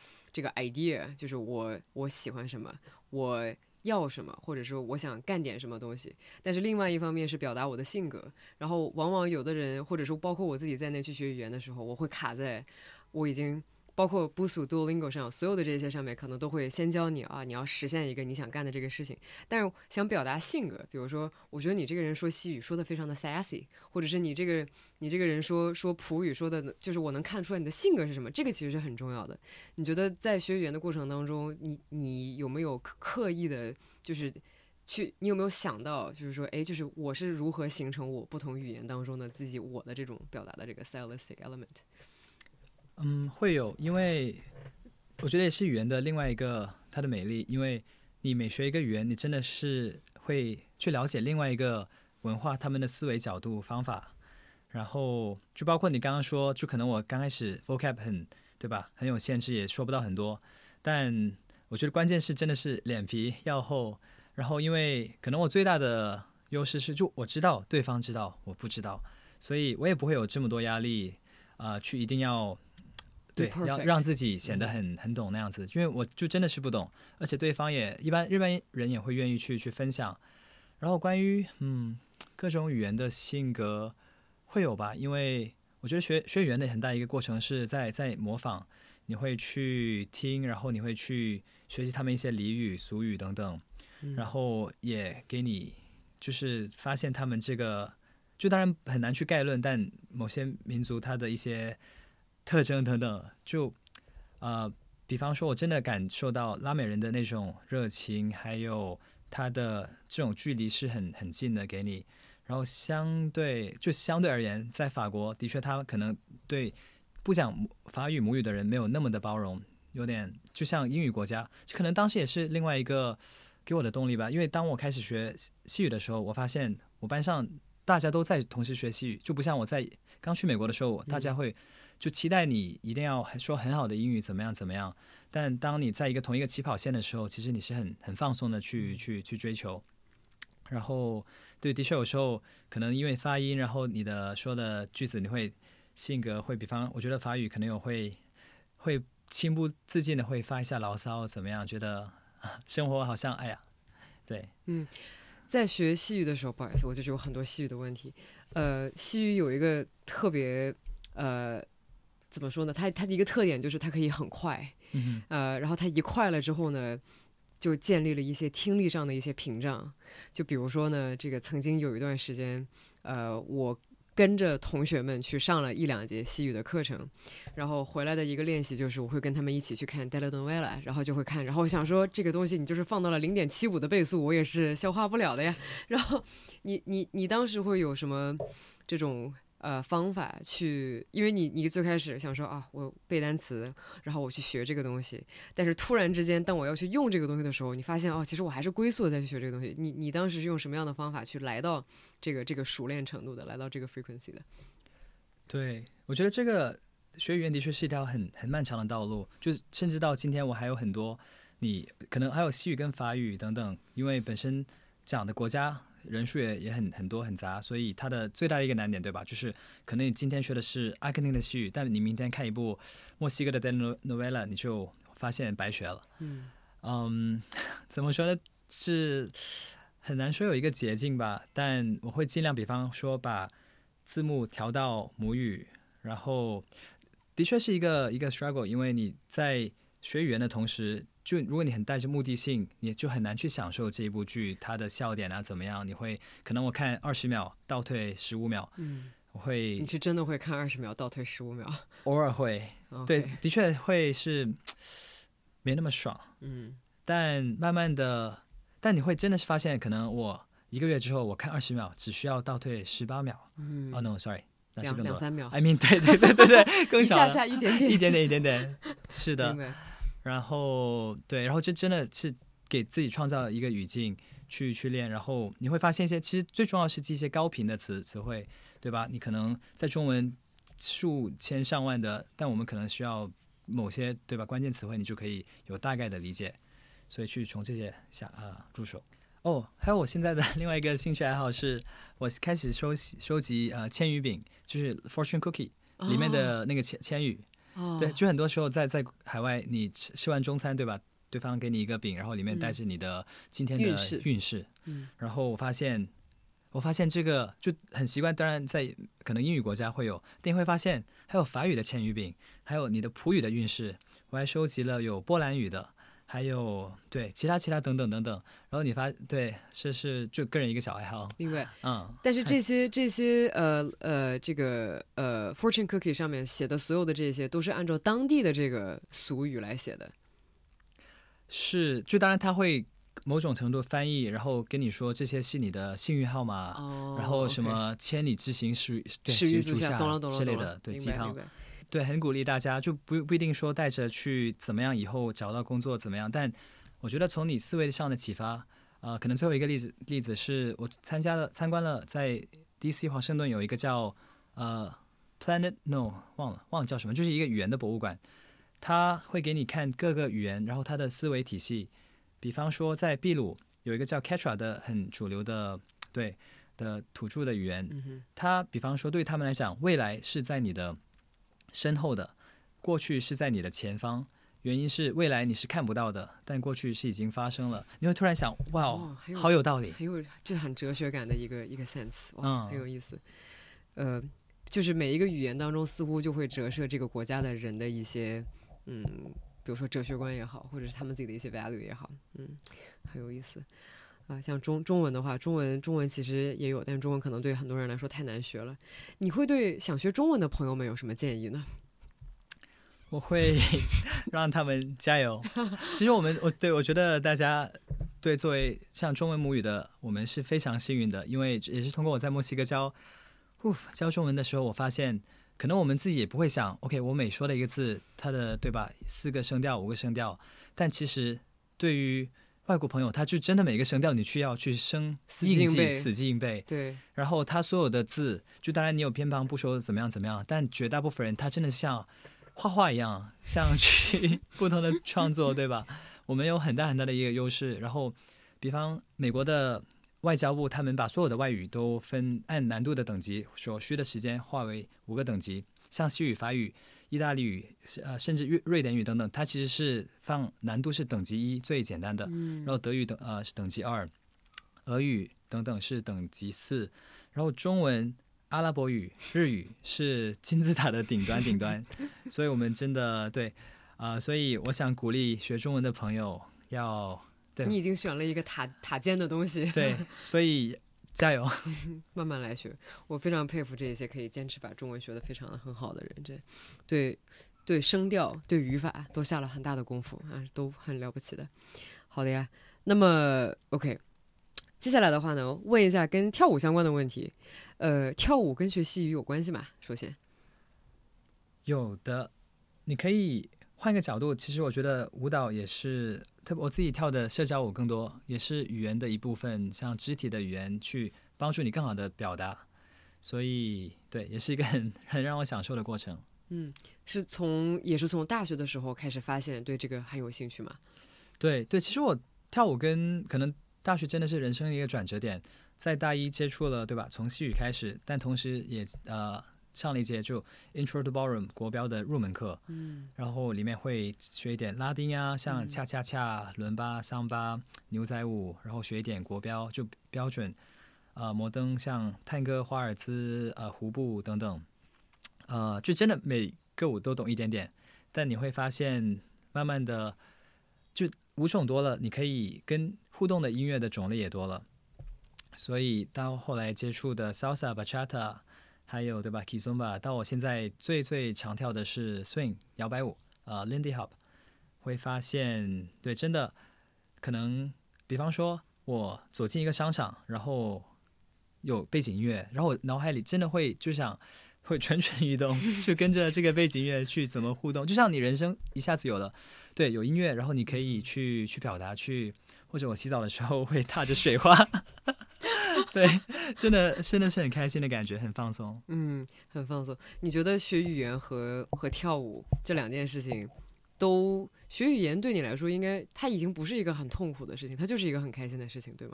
idea， 就是我喜欢什么，我要什么，或者说我想干点什么东西，但是另外一方面是表达我的性格。然后往往有的人，或者说包括我自己在内去学语言的时候，我会卡在我已经包括 Busuu Duolingo 上所有的这些上面，可能都会先教你你要实现一个你想干的这个事情，但是想表达性格，比如说我觉得你这个人说西语说的非常的 sassy， 或者是你这个人说普语说的，就是我能看出来你的性格是什么，这个其实是很重要的。你觉得在学语言的过程当中，你有没有刻意的就是你有没有想到就是说就是我是如何形成我不同语言当中的我的这种表达的这个 stylistic element？ 会有，因为我觉得也是语言的另外一个它的美丽，因为你每学一个语言，你真的是会去了解另外一个文化，他们的思维角度方法，然后就包括你刚刚说，就可能我刚开始 vocab 对吧，很有限制，也说不到很多，但我觉得关键是真的是脸皮要厚，然后因为可能我最大的优势是就我知道对方知道我不知道，所以我也不会有这么多压力去一定要对，要让自己显得很懂那样子，因为我就真的是不懂，而且对方也一般日本人也会愿意去分享。然后关于各种语言的性格会有吧，因为我觉得学语言的很大一个过程是在模仿，你会去听，然后你会去学习他们一些俚语、俗语等等，然后也给你就是发现他们这个，就当然很难去概论，但某些民族它的一些特征等等，就比方说我真的感受到拉美人的那种热情，还有他的这种距离是很近的给你，然后相对而言，在法国的确他可能对不讲法语母语的人没有那么的包容，有点就像英语国家，可能当时也是另外一个给我的动力吧。因为当我开始学西语的时候，我发现我班上大家都在同时学西语，就不像我在刚去美国的时候，大家会就期待你一定要说很好的英语怎么样，但当你在同一个起跑线的时候，其实你是很放松的去追求。然后对，的确有时候可能因为发音，然后你的说的句子，你会性格会，比方我觉得法语可能有会情不自禁的会发一下牢骚怎么样，觉得生活好像哎呀，对， 在学西语的时候，不好意思，我就有很多西语的问题。西语有一个特别怎么说呢？它的一个特点就是它可以很快，然后它一快了之后呢，就建立了一些听力上的一些屏障。就比如说呢，这个曾经有一段时间，我跟着同学们去上了1-2节西语的课程，然后回来的一个练习就是我会跟他们一起去看 telenovela， 然后就会看，然后我想说这个东西你就是放到了0.75的倍速，我也是消化不了的呀。然后你当时会有什么这种方法去，因为你最开始想说我背单词，然后我去学这个东西，但是突然之间当我要去用这个东西的时候，你发现其实我还是龟速的再去学这个东西。你当时是用什么样的方法去来到这个熟练程度的，来到这个 frequency 的？ 对，我觉得这个学语言的确是一条很漫长的道路，就甚至到今天我还有很多，你可能还有西语跟法语等等，因为本身讲的国家人数也很多很杂，所以它的最大的一个难点，对吧？就是可能你今天学的是阿根廷的西语，但你明天看一部墨西哥的 telenovela， 你就发现白学了。怎么说呢？是很难说有一个捷径吧，但我会尽量，比方说把字幕调到母语，然后的确是一个 struggle， 因为你在学语言的同时，就如果你很带着目的性，你就很难去享受这一部剧它的笑点怎么样。你会可能我看20秒倒退15秒， 你是真的会看20秒倒退15秒？ 偶尔会，对，的确会是没那么爽，但慢慢的，但你会真的是发现，可能我1个月之后，我看20秒只需要倒退18秒，no sorry， 那是更多 2-3秒 ，I mean 对，更少了， 一下一点点， 一点点，是的。 然后对，然后这真的是给自己创造一个语境去练，然后你会发现一些，其实最重要是记一些高频的词汇，对吧？你可能在中文数千上万的，但我们可能需要某些，对吧？关键词汇你就可以有大概的理解，所以去从这些入手。还有我现在的另外一个兴趣爱好是，我开始收集千语饼，就是 fortune cookie 里面的那个千语。对，就很多时候在海外，你吃完中餐，对吧？对方给你一个饼，然后里面带着你的今天的运势。然后我发现这个就很习惯，当然在可能英语国家会有，但你会发现还有法语的千语饼，还有你的普语的运势，我还收集了有波兰语的，还有对其他等等，然后你对是就个人一个小爱好。 明白。但是这些这个fortune cookie 上面写的所有的这些都是按照当地的这个俗语来写的。 是，就当然他会某种程度翻译，然后跟你说这些是你的幸运号码，然后什么千里之行始于足下之类的，对，鸡汤。对，很鼓励大家，就不一定说带着去怎么样以后找到工作怎么样，但我觉得从你思维上的启发，可能最后一个例子是我参观了在 DC 华盛顿有一个叫Planet No 忘了叫什么，就是一个语言的博物馆。他会给你看各个语言，然后他的思维体系。比方说，在秘鲁有一个叫 Quechua 的很主流的土著的语言。他比方说对他们来讲，未来是在你的身后的，过去是在你的前方。原因是未来你是看不到的，但过去是已经发生了。你会突然想，哇，好有道理， 这很哲学感的一个 sense， 很有意思。就是每一个语言当中似乎就会折射这个国家的人的一些比如说哲学观也好，或者是他们自己的一些 value 也好，很有意思像中文的话，中文其实也有，但是中文可能对很多人来说太难学了。你会对想学中文的朋友们有什么建议呢？ 我会让他们加油。其实我觉得大家作为像中文母语的，我们是非常幸运的，因为也是通过我在墨西哥教中文的时候，我发现可能我们自己也不会想 OK 我每说的一个字它的对吧4个声调5个声调，但其实对于外国朋友他就真的每个声调你要去死记硬背。 对， 然后他所有的字就当然你有偏旁部首怎么样，但绝大部分人他真的像画画一样，像去不同的创作对吧？我们有很大的一个优势。然后比方美国的外交部他们把所有的外语都分按难度的等级，所需的时间划为5个等级，像西语、法语、意大利语甚至瑞典语等等，它其实是放难度是等级1最简单的，然后德语是等级2，俄语等等是等级4，然后中文、阿拉伯语、日语是金字塔的顶端所以我们真的所以我想鼓励学中文的朋友要你已经选了一个塔尖的东西， 对，所以加油慢慢来学。我非常佩服这些可以坚持把中文学得非常很好的人，这对声调对语法都下了很大的功夫都很了不起的。好的呀，那么 OK， 接下来的话呢，问一下跟跳舞相关的问题。跳舞跟学西语有关系吗？首先有的，你可以换个角度，其实我觉得舞蹈也是，我自己跳的社交舞更多，也是语言的一部分，像肢体的语言去帮助你更好的表达，所以对，也是一个很让我享受的过程。 也是从大学的时候开始发现对这个很有兴趣吗？ 对，其实我跳舞跟可能大学真的是人生的一个转折点，在大一接触了对吧，从西语开始，但同时也上了一节就 Intro to Ballroom 国标的入门课，然后里面会学一点拉丁啊，像恰恰恰、伦巴、桑巴、牛仔舞，然后学一点国标就标准摩登，像探戈、华尔兹、胡步等等，就真的每个舞都懂一点点，但你会发现慢慢的就舞种多了，你可以跟互动的音乐的种类也多了，所以到后来接触的 Salsa、Bachata， 还有对吧 Kizomba， 到我现在最常跳的是 Swing 摇摆舞Lindy Hop， 会发现对真的可能比方说我走进一个商场，然后有背景音乐，然后我脑海里真的会就想会蠢蠢欲动，就跟着这个背景音乐去怎么互动，就像你人生一下子有音乐，然后你可以去表达，或者我洗澡的时候会踏着水花对，真的是很开心的感觉，很放松。 很放松。你觉得学语言和跳舞这两件事情学语言对你来说，应该它已经不是一个很痛苦的事情，它就是一个很开心的事情，对吗？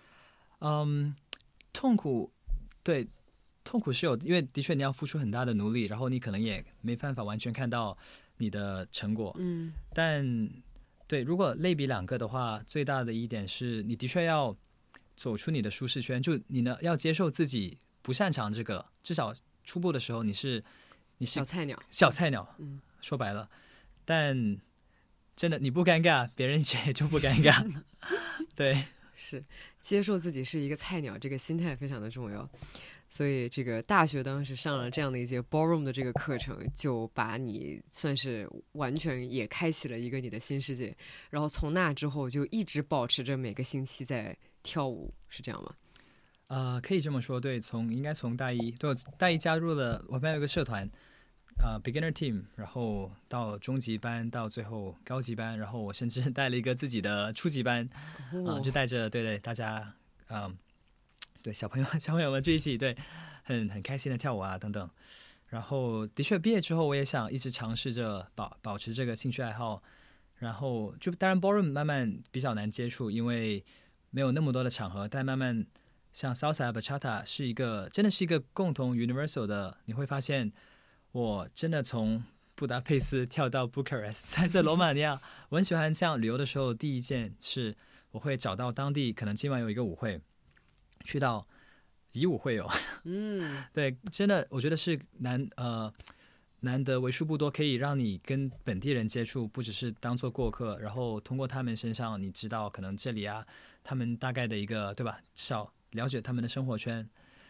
痛苦，对，痛苦是有，因为的确你要付出很大的努力，然后你可能也没办法完全看到你的成果。但对，如果类比两个的话，最大的一点是你的确要走出你的舒适圈，就你呢要接受自己不擅长这个，至少初步的时候你是小菜鸟，说白了，但真的你不尴尬，别人也就不尴尬。对， 是接受自己是一个菜鸟，这个心态非常的重要。所以这个大学当时上了这样的一节 ballroom 的这个课程，就把你算是完全也开启了一个你的新世界，然后从那之后就一直保持着每个星期在跳舞，是这样吗？ 可以这么说，对，应该从大一加入了我们有一个社团，beginner team， 然后到中级班，到最后高级班，然后我甚至带了一个自己的初级班，就带着大家对小朋友们就一起很开心的跳舞啊等等。然后的确毕业之后我也想一直尝试着保持这个兴趣爱好，然后就当然 ballroom 慢慢比较难接触，因为没有那么多的场合，但慢慢像 salsa bachata 真的是一个共同 universal 的，你会发现我真的从布达佩斯跳到 Bucharest， 在罗马尼亚。我很喜欢像旅游的时候，第一件是我会找到当地可能今晚有一个舞会，去到以舞会友。对，真的我觉得是难得为数不多可以让你跟本地人接触，不只是当做过客，然后通过他们身上你知道可能这里啊他们大概的一个，对吧，至少了解他们的生活圈，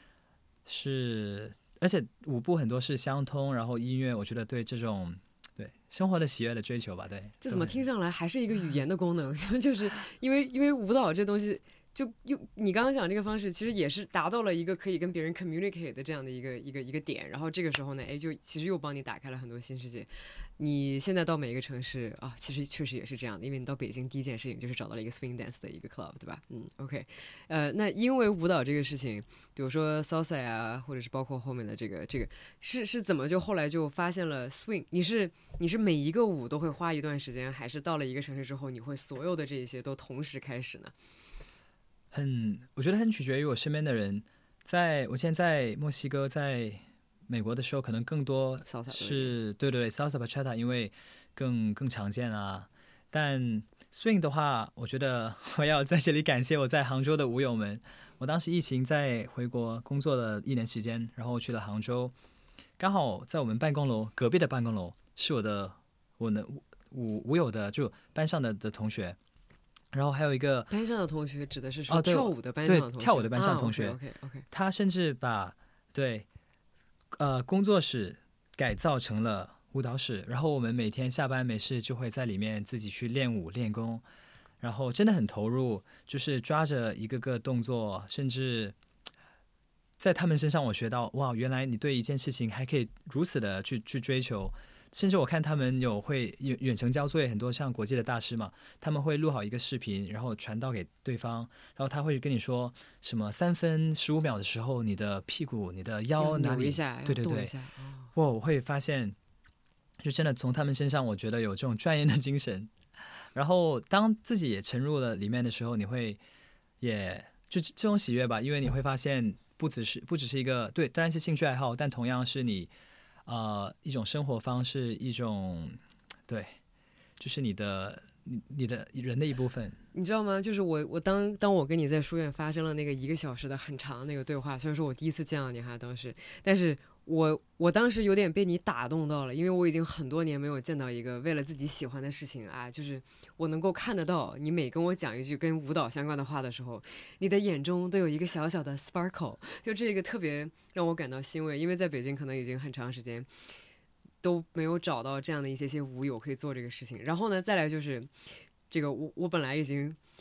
而且舞步很多是相通，然后音乐我觉得对这种对生活的喜悦的追求吧。对， 这怎么听上来还是一个语言的功能？就是因为舞蹈这东西，你刚刚讲这个方式，其实也是达到了一个可以跟别人 communicate 的这样的一个点，然后这个时候呢，就其实又帮你打开了很多新世界。你现在到每一个城市啊，其实确实也是这样的，因为你到北京第一件事情就是找到了一个 swing dance 的一个 club， 对吧？OK， 那因为舞蹈这个事情，比如说 salsa 啊，或者是包括后面的这个是怎么就后来就发现了 swing？你是每一个舞都会花一段时间，还是到了一个城市之后，你会所有的这一些都同时开始呢？ 我觉得很取决于我身边的人。我现在在墨西哥，在美国的时候，可能更多是对 salsa bachata， 因为更常见啊。但 swing 的话，我觉得我要在这里感谢我在杭州的舞友们。我当时疫情在回国工作了1年时间，然后去了杭州，刚好在我们办公楼隔壁的办公楼是我的舞友的就班上的同学。然后还有一个班上的同学指的是说跳舞的班上的同学， 对，跳舞的班上的同学。 OK， 他甚至把工作室改造成了舞蹈室，然后我们每天下班没事就会在里面自己去练舞练功，然后真的很投入，就是抓着一个个动作，甚至在他们身上我学到哇，原来你对一件事情还可以如此的去追求。甚至我看他们会远程交作业，很多像国际的大师嘛，他们会录好一个视频，然后传到给对方，然后他会跟你说什么3分15秒的时候，你的屁股、你的腰哪里，对，哇，我会发现，就真的从他们身上，我觉得有这种专业的精神。然后当自己也沉入了里面的时候，你会就这种喜悦吧，因为你会发现不只是一个对，当然是兴趣爱好，但同样是你。一种生活方式，一种对，就是你的人的一部分。 你知道吗？就是当我跟你在书院发生了那个1个小时的很长的那个对话，虽然说我第一次见到你哈当时，但是我当时有点被你打动到了，因为我已经很多年没有见到一个为了自己喜欢的事情啊，就是我能够看得到你每跟我讲一句跟舞蹈相关的话的时候，你的眼中都有一个小小的 sparkle， 就这个特别让我感到欣慰，因为在北京可能已经很长时间都没有找到这样的一些舞友可以做这个事情。然后呢，再来就是这个我本来已经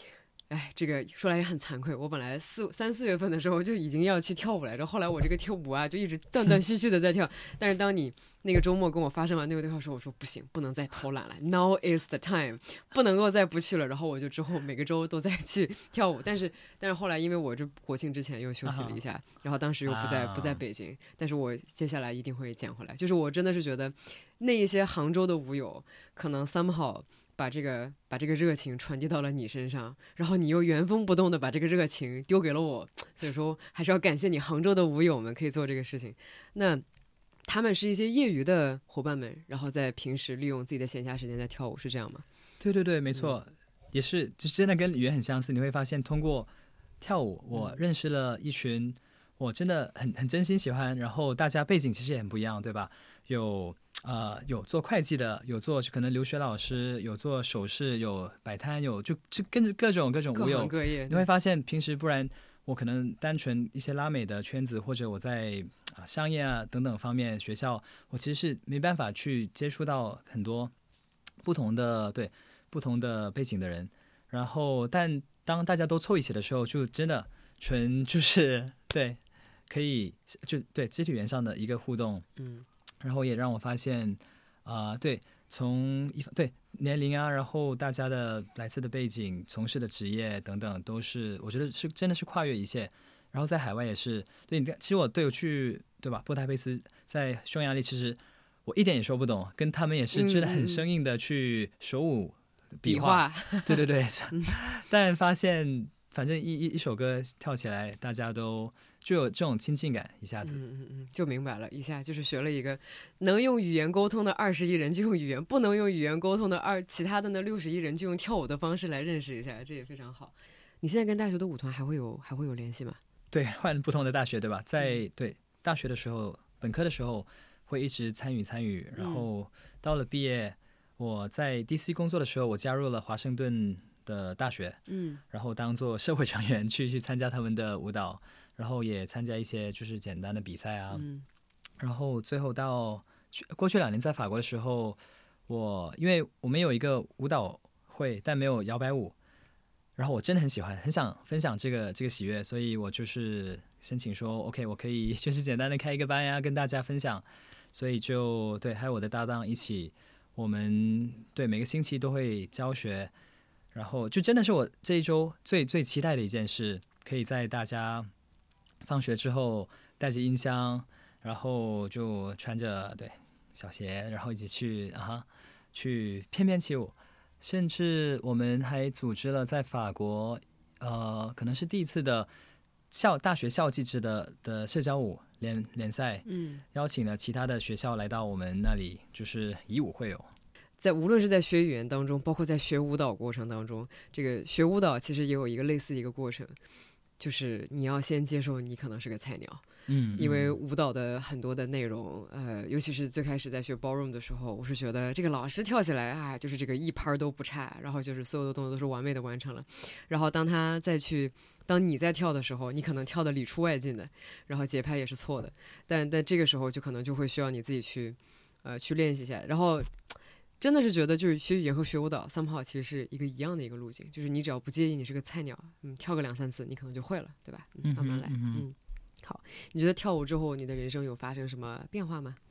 哎，这个说来也很惭愧，我本来三四月份的时候就已经要去跳舞来着，后来我这个跳舞啊就一直断断续续的在跳。但是当你那个周末跟我发生完那个对话的时候，我说不行，不能再偷懒了 ，Now is the time， 不能够再不去了。然后我就之后每个周都在去跳舞，但是后来因为我这国庆之前又休息了一下，然后当时又不在北京，但是我接下来一定会捡回来。就是我真的是觉得那一些杭州的舞友可能 somehow把这个热情传递到了你身上，然后你又原封不动的把这个热情丢给了我，所以说还是要感谢你杭州的舞友们可以做这个事情。那他们是一些业余的伙伴们，然后在平时利用自己的闲暇时间在跳舞，是这样吗？ 对对对，没错，也是，就真的跟语言很相似。你会发现通过跳舞，我认识了一群我真的很真心喜欢，然后大家背景其实也很不一样，对吧？有做会计的，有做可能留学老师，有做首饰，有摆摊，就跟着各种舞友， 各业， 你会发现平时不然我可能单纯一些拉美的圈子，或者我在商业啊等等方面学校，我其实是没办法去接触到很多不同的背景的人。然后但当大家都凑一起的时候，就真的纯就是对，可以就对肢体语言上的一个互动，然后也让我发现对，从对年龄啊，然后大家的来自的背景、从事的职业等等，都是我觉得是真的是跨越一切。然后在海外也是，对，其实我去对吧，布达佩斯，在匈牙利，其实我一点也说不懂，跟他们也是真的很生硬的去手舞比划，对对对，但发现反正一首歌跳起来，大家都就有这种亲近感，一下子就明白了，一下就是学了一个能用语言沟通的20亿人就用语言，不能用语言沟通的其他的那60亿人就用跳舞的方式来认识一下，这也非常好。你现在跟大学的舞团还会有联系吗？ 对，换不同的大学，对吧？在对大学的时候，本科的时候会一直参与，然后到了毕业，我在 DC 工作的时候，我加入了华盛顿的大学，然后当做社会成员去参加他们的舞蹈，然后也参加一些就是简单的比赛啊，然后最后到过去2年在法国的时候，因为我们有一个舞蹈会，但没有摇摆舞。然后我真的很喜欢，很想分享这个喜悦，所以我就是申请说 OK， 我可以就是简单的开一个班呀，跟大家分享。所以就对，还有我的搭档一起，我们对每个星期都会教学，然后就真的是我这一周最期待的一件事，可以在大家放学之后带着音箱，然后就穿着对小鞋，然后一起去翩起舞。甚至我们还组织了在法国，可能是第一次的大学校际制的社交舞联赛，邀请了其他的学校来到我们那里，就是以舞会友。 无论是在学语言当中，包括在学舞蹈过程当中，这个学舞蹈其实也有一个类似一个过程，就是你要先接受你可能是个菜鸟。因为舞蹈的很多的内容，尤其是最开始在学 ballroom 的时候，我是觉得这个老师跳起来啊，就是这个一拍都不差，然后就是所有的动作都是完美的完成了。然后当你在跳的时候，你可能跳的里出外进的，然后节拍也是错的，但这个时候就可能就会需要你自己去练习一下。然后真的是觉得就是学语言和学舞蹈 somehow 其实是一个一样的一个路径，就是你只要不介意你是个菜鸟，跳个2-3次你可能就会了，对吧？慢慢来。好，你觉得跳舞之后你的人生有发生什么变化吗？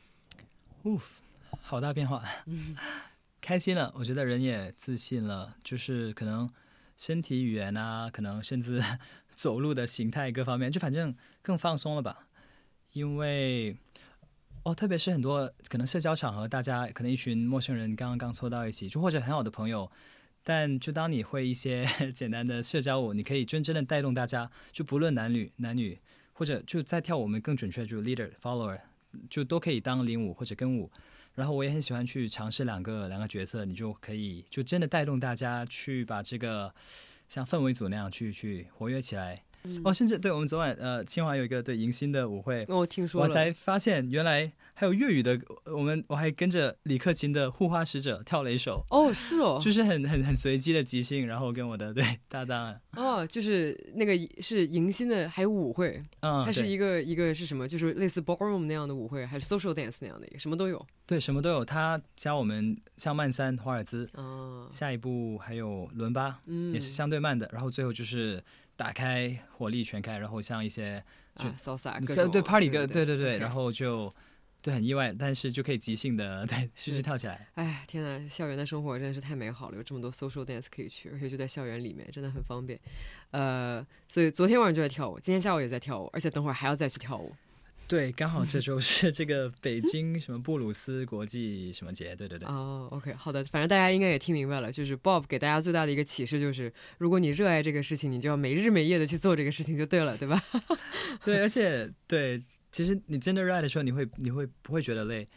好大变化，开心了，我觉得人也自信了，就是可能身体语言啊，可能甚至走路的形态各方面，就反正更放松了吧。因为特别是很多可能社交场合，大家可能一群陌生人刚凑到一起，就或者很好的朋友，但就当你会一些简单的社交舞，你可以真的带动大家，就不论男女，或者就在跳舞，我们更准确就 leader follower， 就都可以当领舞或者跟舞。然后我也很喜欢去尝试两个角色，你就可以就真的带动大家去把这个像氛围组那样去活跃起来。 甚至对我们昨晚清华有一个对迎新的舞会， 我听说了， 我才发现原来还有粤语的，我还跟着李克勤的《护花使者》跳了一首。 是哦， 就是很随机的即兴，然后跟我的搭档就是那个是迎新的，还有舞会，它是一个是什么？就是类似 ballroom 那样的舞会，还是 social dance 那样的一个，什么都有。 对，什么都有。他教我们像曼三、华尔兹，下一步还有伦巴，也是相对慢的。然后最后就是打开火力全开，然后像一些 salsa 对 party 歌，对， okay. 然后就对很意外，但是就可以即兴的继续跳起来。 哎，天哪，校园的生活真的是太美好了，有这么多 social dance 可以去，而且就在校园里面，真的很方便。所以昨天晚上就在跳舞，今天下午也在跳舞，而且等会儿还要再去跳舞。 对，刚好这周是这个北京什么布鲁斯国际什么节，对。 OK， 好的，反正大家应该也听明白了，就是 Bob 给大家最大的一个启示就是，如果你热爱这个事情，你就要没日没夜的去做这个事情就对了，对吧？ 对，而且对，其实你真的热爱的时候，你会不会觉得累？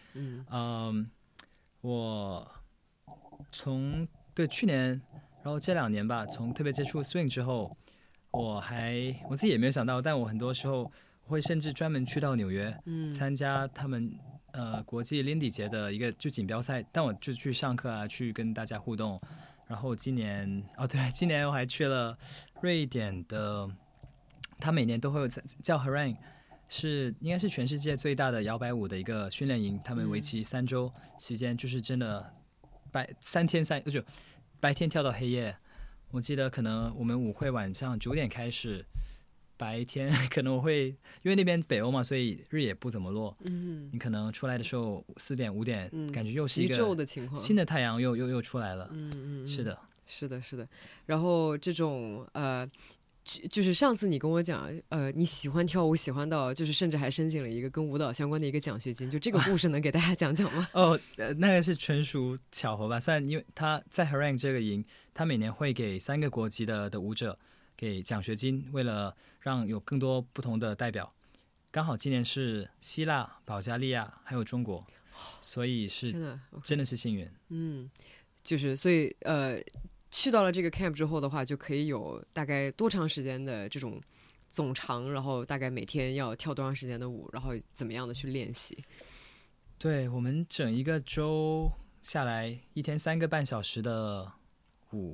我从去年，然后这2年吧，从特别接触 swing 之后，我自己也没有想到，但我很多时候会甚至专门去到纽约，参加他们国际 Lindy 节的一个就锦标赛，但我就去上课啊，去跟大家互动。然后今年我还去了瑞典的，他每年都会有叫 Harang， 应该是全世界最大的摇摆舞的一个训练营，他们为期3周时间，就是真的3天就白天跳到黑夜。我记得可能我们舞会晚上9点开始，白天可能我会因为那边北欧嘛，所以日也不怎么落。你可能出来的时候4点5点，感觉又是一个新的太阳又出来了。是的。 然后这种就是上次你跟我讲，你喜欢跳舞，喜欢到就是甚至还申请了一个跟舞蹈相关的一个奖学金，就这个故事能给大家讲讲吗？ 那个是纯属巧合吧，虽然因为他在 Harang 这个营，他每年会给3个国籍的舞者给奖学金，为了让有更多不同的代表。刚好今年是希腊、保加利亚还有中国，所以是真的是幸运。 就是所以去到了这个 camp 之后的话，就可以有大概多长时间的这种总长，然后大概每天要跳多长时间的舞，然后怎么样的去练习？ 对，我们整一个周下来，1天3个半小时的舞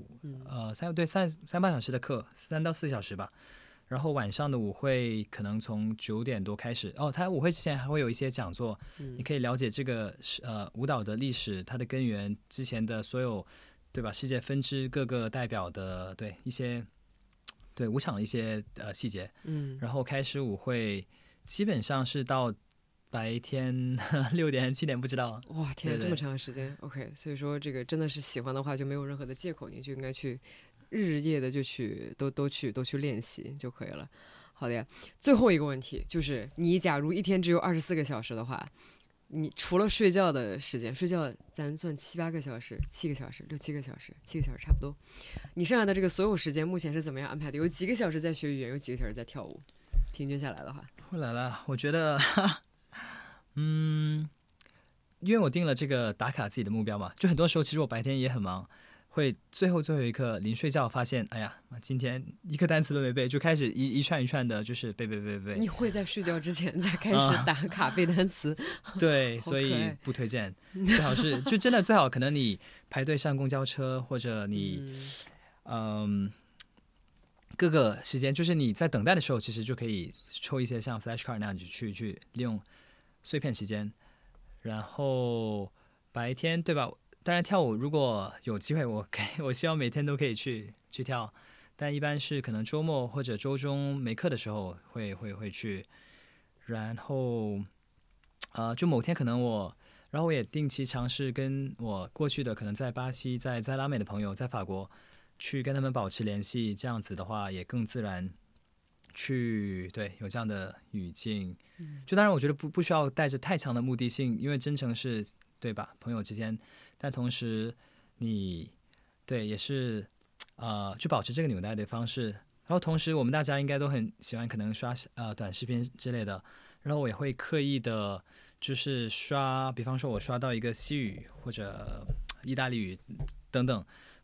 ，3半小时的课，3到4小时吧。然后晚上的舞会可能从9点多开始。他舞会之前还会有一些讲座，你可以了解这个舞蹈的历史，它的根源，之前的所有，对吧？世界分支各个代表的一些舞场的一些细节。然后开始舞会基本上是到白天6点7点不知道。 哇天，这么长时间。OK， 所以说这个真的是喜欢的话就没有任何的借口，你就应该去日夜的就去都去练习就可以了。好的呀，最后一个问题就是你假如1天只有24个小时的话，你除了睡觉的时间，睡觉咱算7、8个小时，7个小时6、7个小时7个小时差不多，你剩下的这个所有时间目前是怎么样安排的？有几个小时在学语言，有几个小时在跳舞？平均下来的话， 后来了，我觉得因为我定了这个打卡自己的目标嘛，就很多时候其实我白天也很忙，会最后一刻临睡觉发现，哎呀，今天一个单词都没背，就开始一串一串的，就是背。 你会在睡觉之前再开始打卡背单词？ 对，所以不推荐。最好是就真的最好，可能你排队上公交车，或者你各个时间，就是你在等待的时候，其实就可以抽一些像 flashcard 那样去利用碎片时间。然后白天对吧？当然跳舞如果有机会，我希望每天都可以去跳，但一般是可能周末或者周中没课的时候会去。然后就某天可能然后我也定期尝试跟我过去的可能在巴西在拉美的朋友在法国去跟他们保持联系，这样子的话也更自然去有这样的语境。就当然我觉得不需要带着太强的目的性，因为真诚是对吧朋友之间，但同时你也是去保持这个纽带的方式。然后同时我们大家应该都很喜欢可能刷短视频之类的，然后我也会刻意的就是比方说我刷到一个西语或者意大利语等等，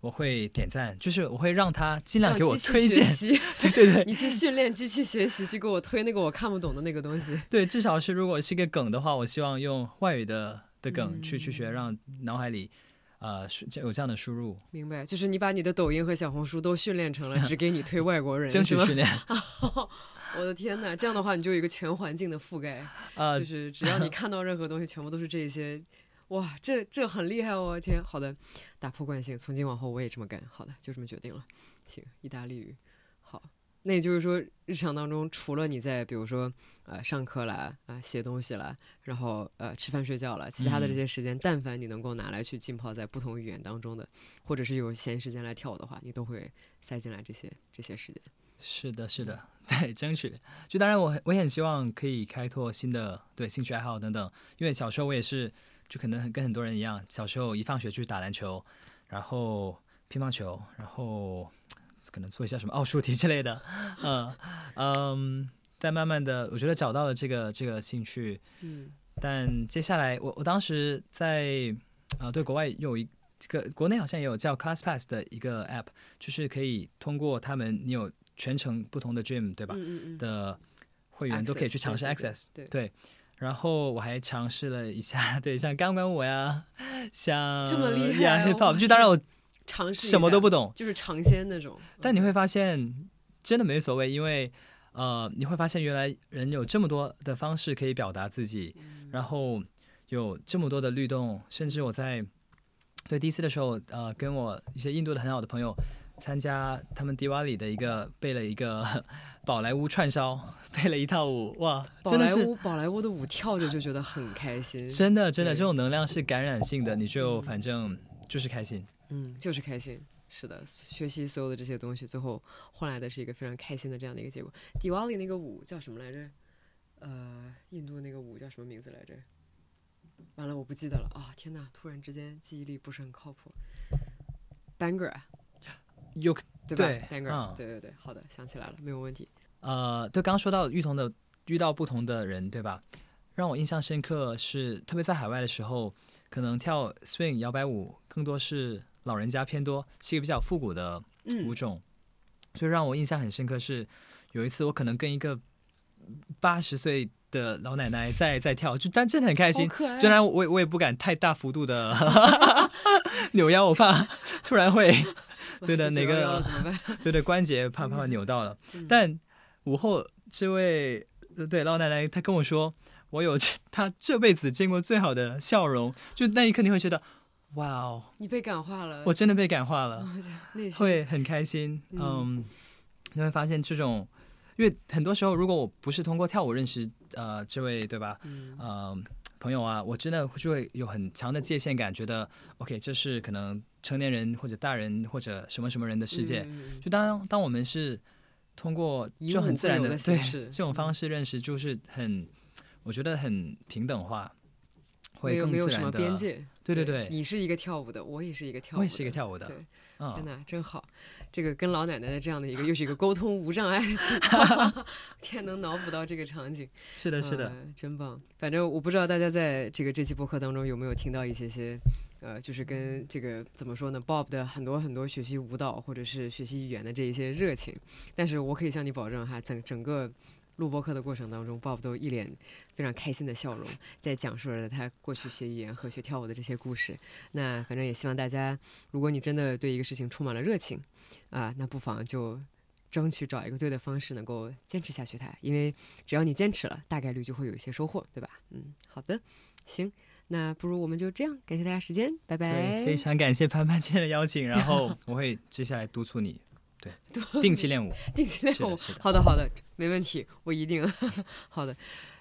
我会点赞，就是我会让他尽量给我推荐。 对对对，你去训练机器学习，去给我推那个我看不懂的那个东西。 对，至少是如果是一个梗的话，我希望用外语的梗去学，让脑海里有这样的输入。 明白，就是你把你的抖音和小红书都训练成了只给你推外国人， 争取训练。 我的天哪，这样的话你就有一个全环境的覆盖，就是只要你看到任何东西，全部都是这些。哇，这很厉害哦！天，好的，打破惯性，从今往后我也这么干。好的，就这么决定了。行，意大利语。好，那也就是说，日常当中除了你在比如说上课啦写东西啦，然后吃饭睡觉了，其他的这些时间，但凡你能够拿来去浸泡在不同语言当中的，或者是有闲时间来跳舞的话，你都会塞进来这些时间。 是的，是的，对，争取。就当然我也很希望可以开拓新的兴趣爱好等等，因为小时候我也是，就可能跟很多人一样，小时候一放学就去打篮球，然后乒乓球，然后可能做一下什么奥数题之类的，但慢慢的我觉得找到了这个兴趣，但接下来我当时在对国外有这个国内好像也有叫 ClassPass 的一个 app， 就是可以通过他们你有全程不同的 gym 对吧的会员都可以去尝试 access， 对。然后我还尝试了一下，对，像钢管舞呀，像这么厉害 ，hip hop，就当然我尝试什么都不懂， 就是尝鲜那种。 但你会发现真的没所谓，因为你会发现原来人有这么多的方式可以表达自己，然后有这么多的律动，甚至我在第一次的时候，跟我一些印度的很好的朋友参加他们迪瓦里的背了一个宝莱坞串烧，背了一套舞，哇，真的是宝莱坞的舞跳着就觉得很开心， 真的这种能量是感染性的，你就反正就是开心， 就是开心。是的，学习所有的这些东西，最后换来的是一个非常开心的这样的一个结果。迪瓦里那个舞叫什么来着？印度那个舞叫什么名字来着？完了，我不记得了啊！天哪，突然之间记忆力不是很靠谱。Bhangra， 有对吧？Bhangra，对，好的，想起来了，没有问题。 对，刚刚说到遇到不同的人，对吧？让我印象深刻是，特别在海外的时候，可能跳 swing 摇摆舞更多是老人家偏多，是一个比较复古的舞种，所以让我印象很深刻是，有一次我可能跟一个80岁的老奶奶在跳，但真的很开心。当然我也不敢太大幅度的扭腰，我怕突然会对的哪个对关节怕扭到了。但午后这位老奶奶她跟我说，我有她这辈子见过最好的笑容，就那一刻你会觉得哇哦， 你被感化了， 我真的被感化了，会很开心。你会发现这种，因为很多时候如果我不是通过跳舞认识这位对吧朋友啊，我真的就会有很强的界限感，觉得 OK 这是可能成年人或者大人或者什么什么人的世界，就当我们是通过就很自然的对这种方式认识，就是我觉得很平等化，会更自然的， 没有什么边界。 对， 你是一个跳舞的，我也是一个跳舞的， 我也是一个跳舞的。 对，天哪，真好！这个跟老奶奶的这样的又是一个沟通无障碍的情况，天，能脑补到这个场景。 是的， 真棒。反正我不知道大家在这期播客当中有没有听到一些就是跟这个怎么说呢 ，Bob 的很多学习舞蹈或者是学习语言的这一些热情。但是我可以向你保证哈，整个录播课的过程当中 ，Bob 都一脸非常开心的笑容，在讲述了他过去学语言和学跳舞的这些故事。那反正也希望大家，如果你真的对一个事情充满了热情那不妨就争取找一个对的方式，能够坚持下去它。因为只要你坚持了，大概率就会有一些收获，对吧？好的，行。那不如我们就这样，感谢大家时间，拜拜。 对，非常感谢潘潘今天的邀请，然后我会接下来督促你。对，定期练舞， 定期练舞， 是的， 好的，没问题，我一定。好的，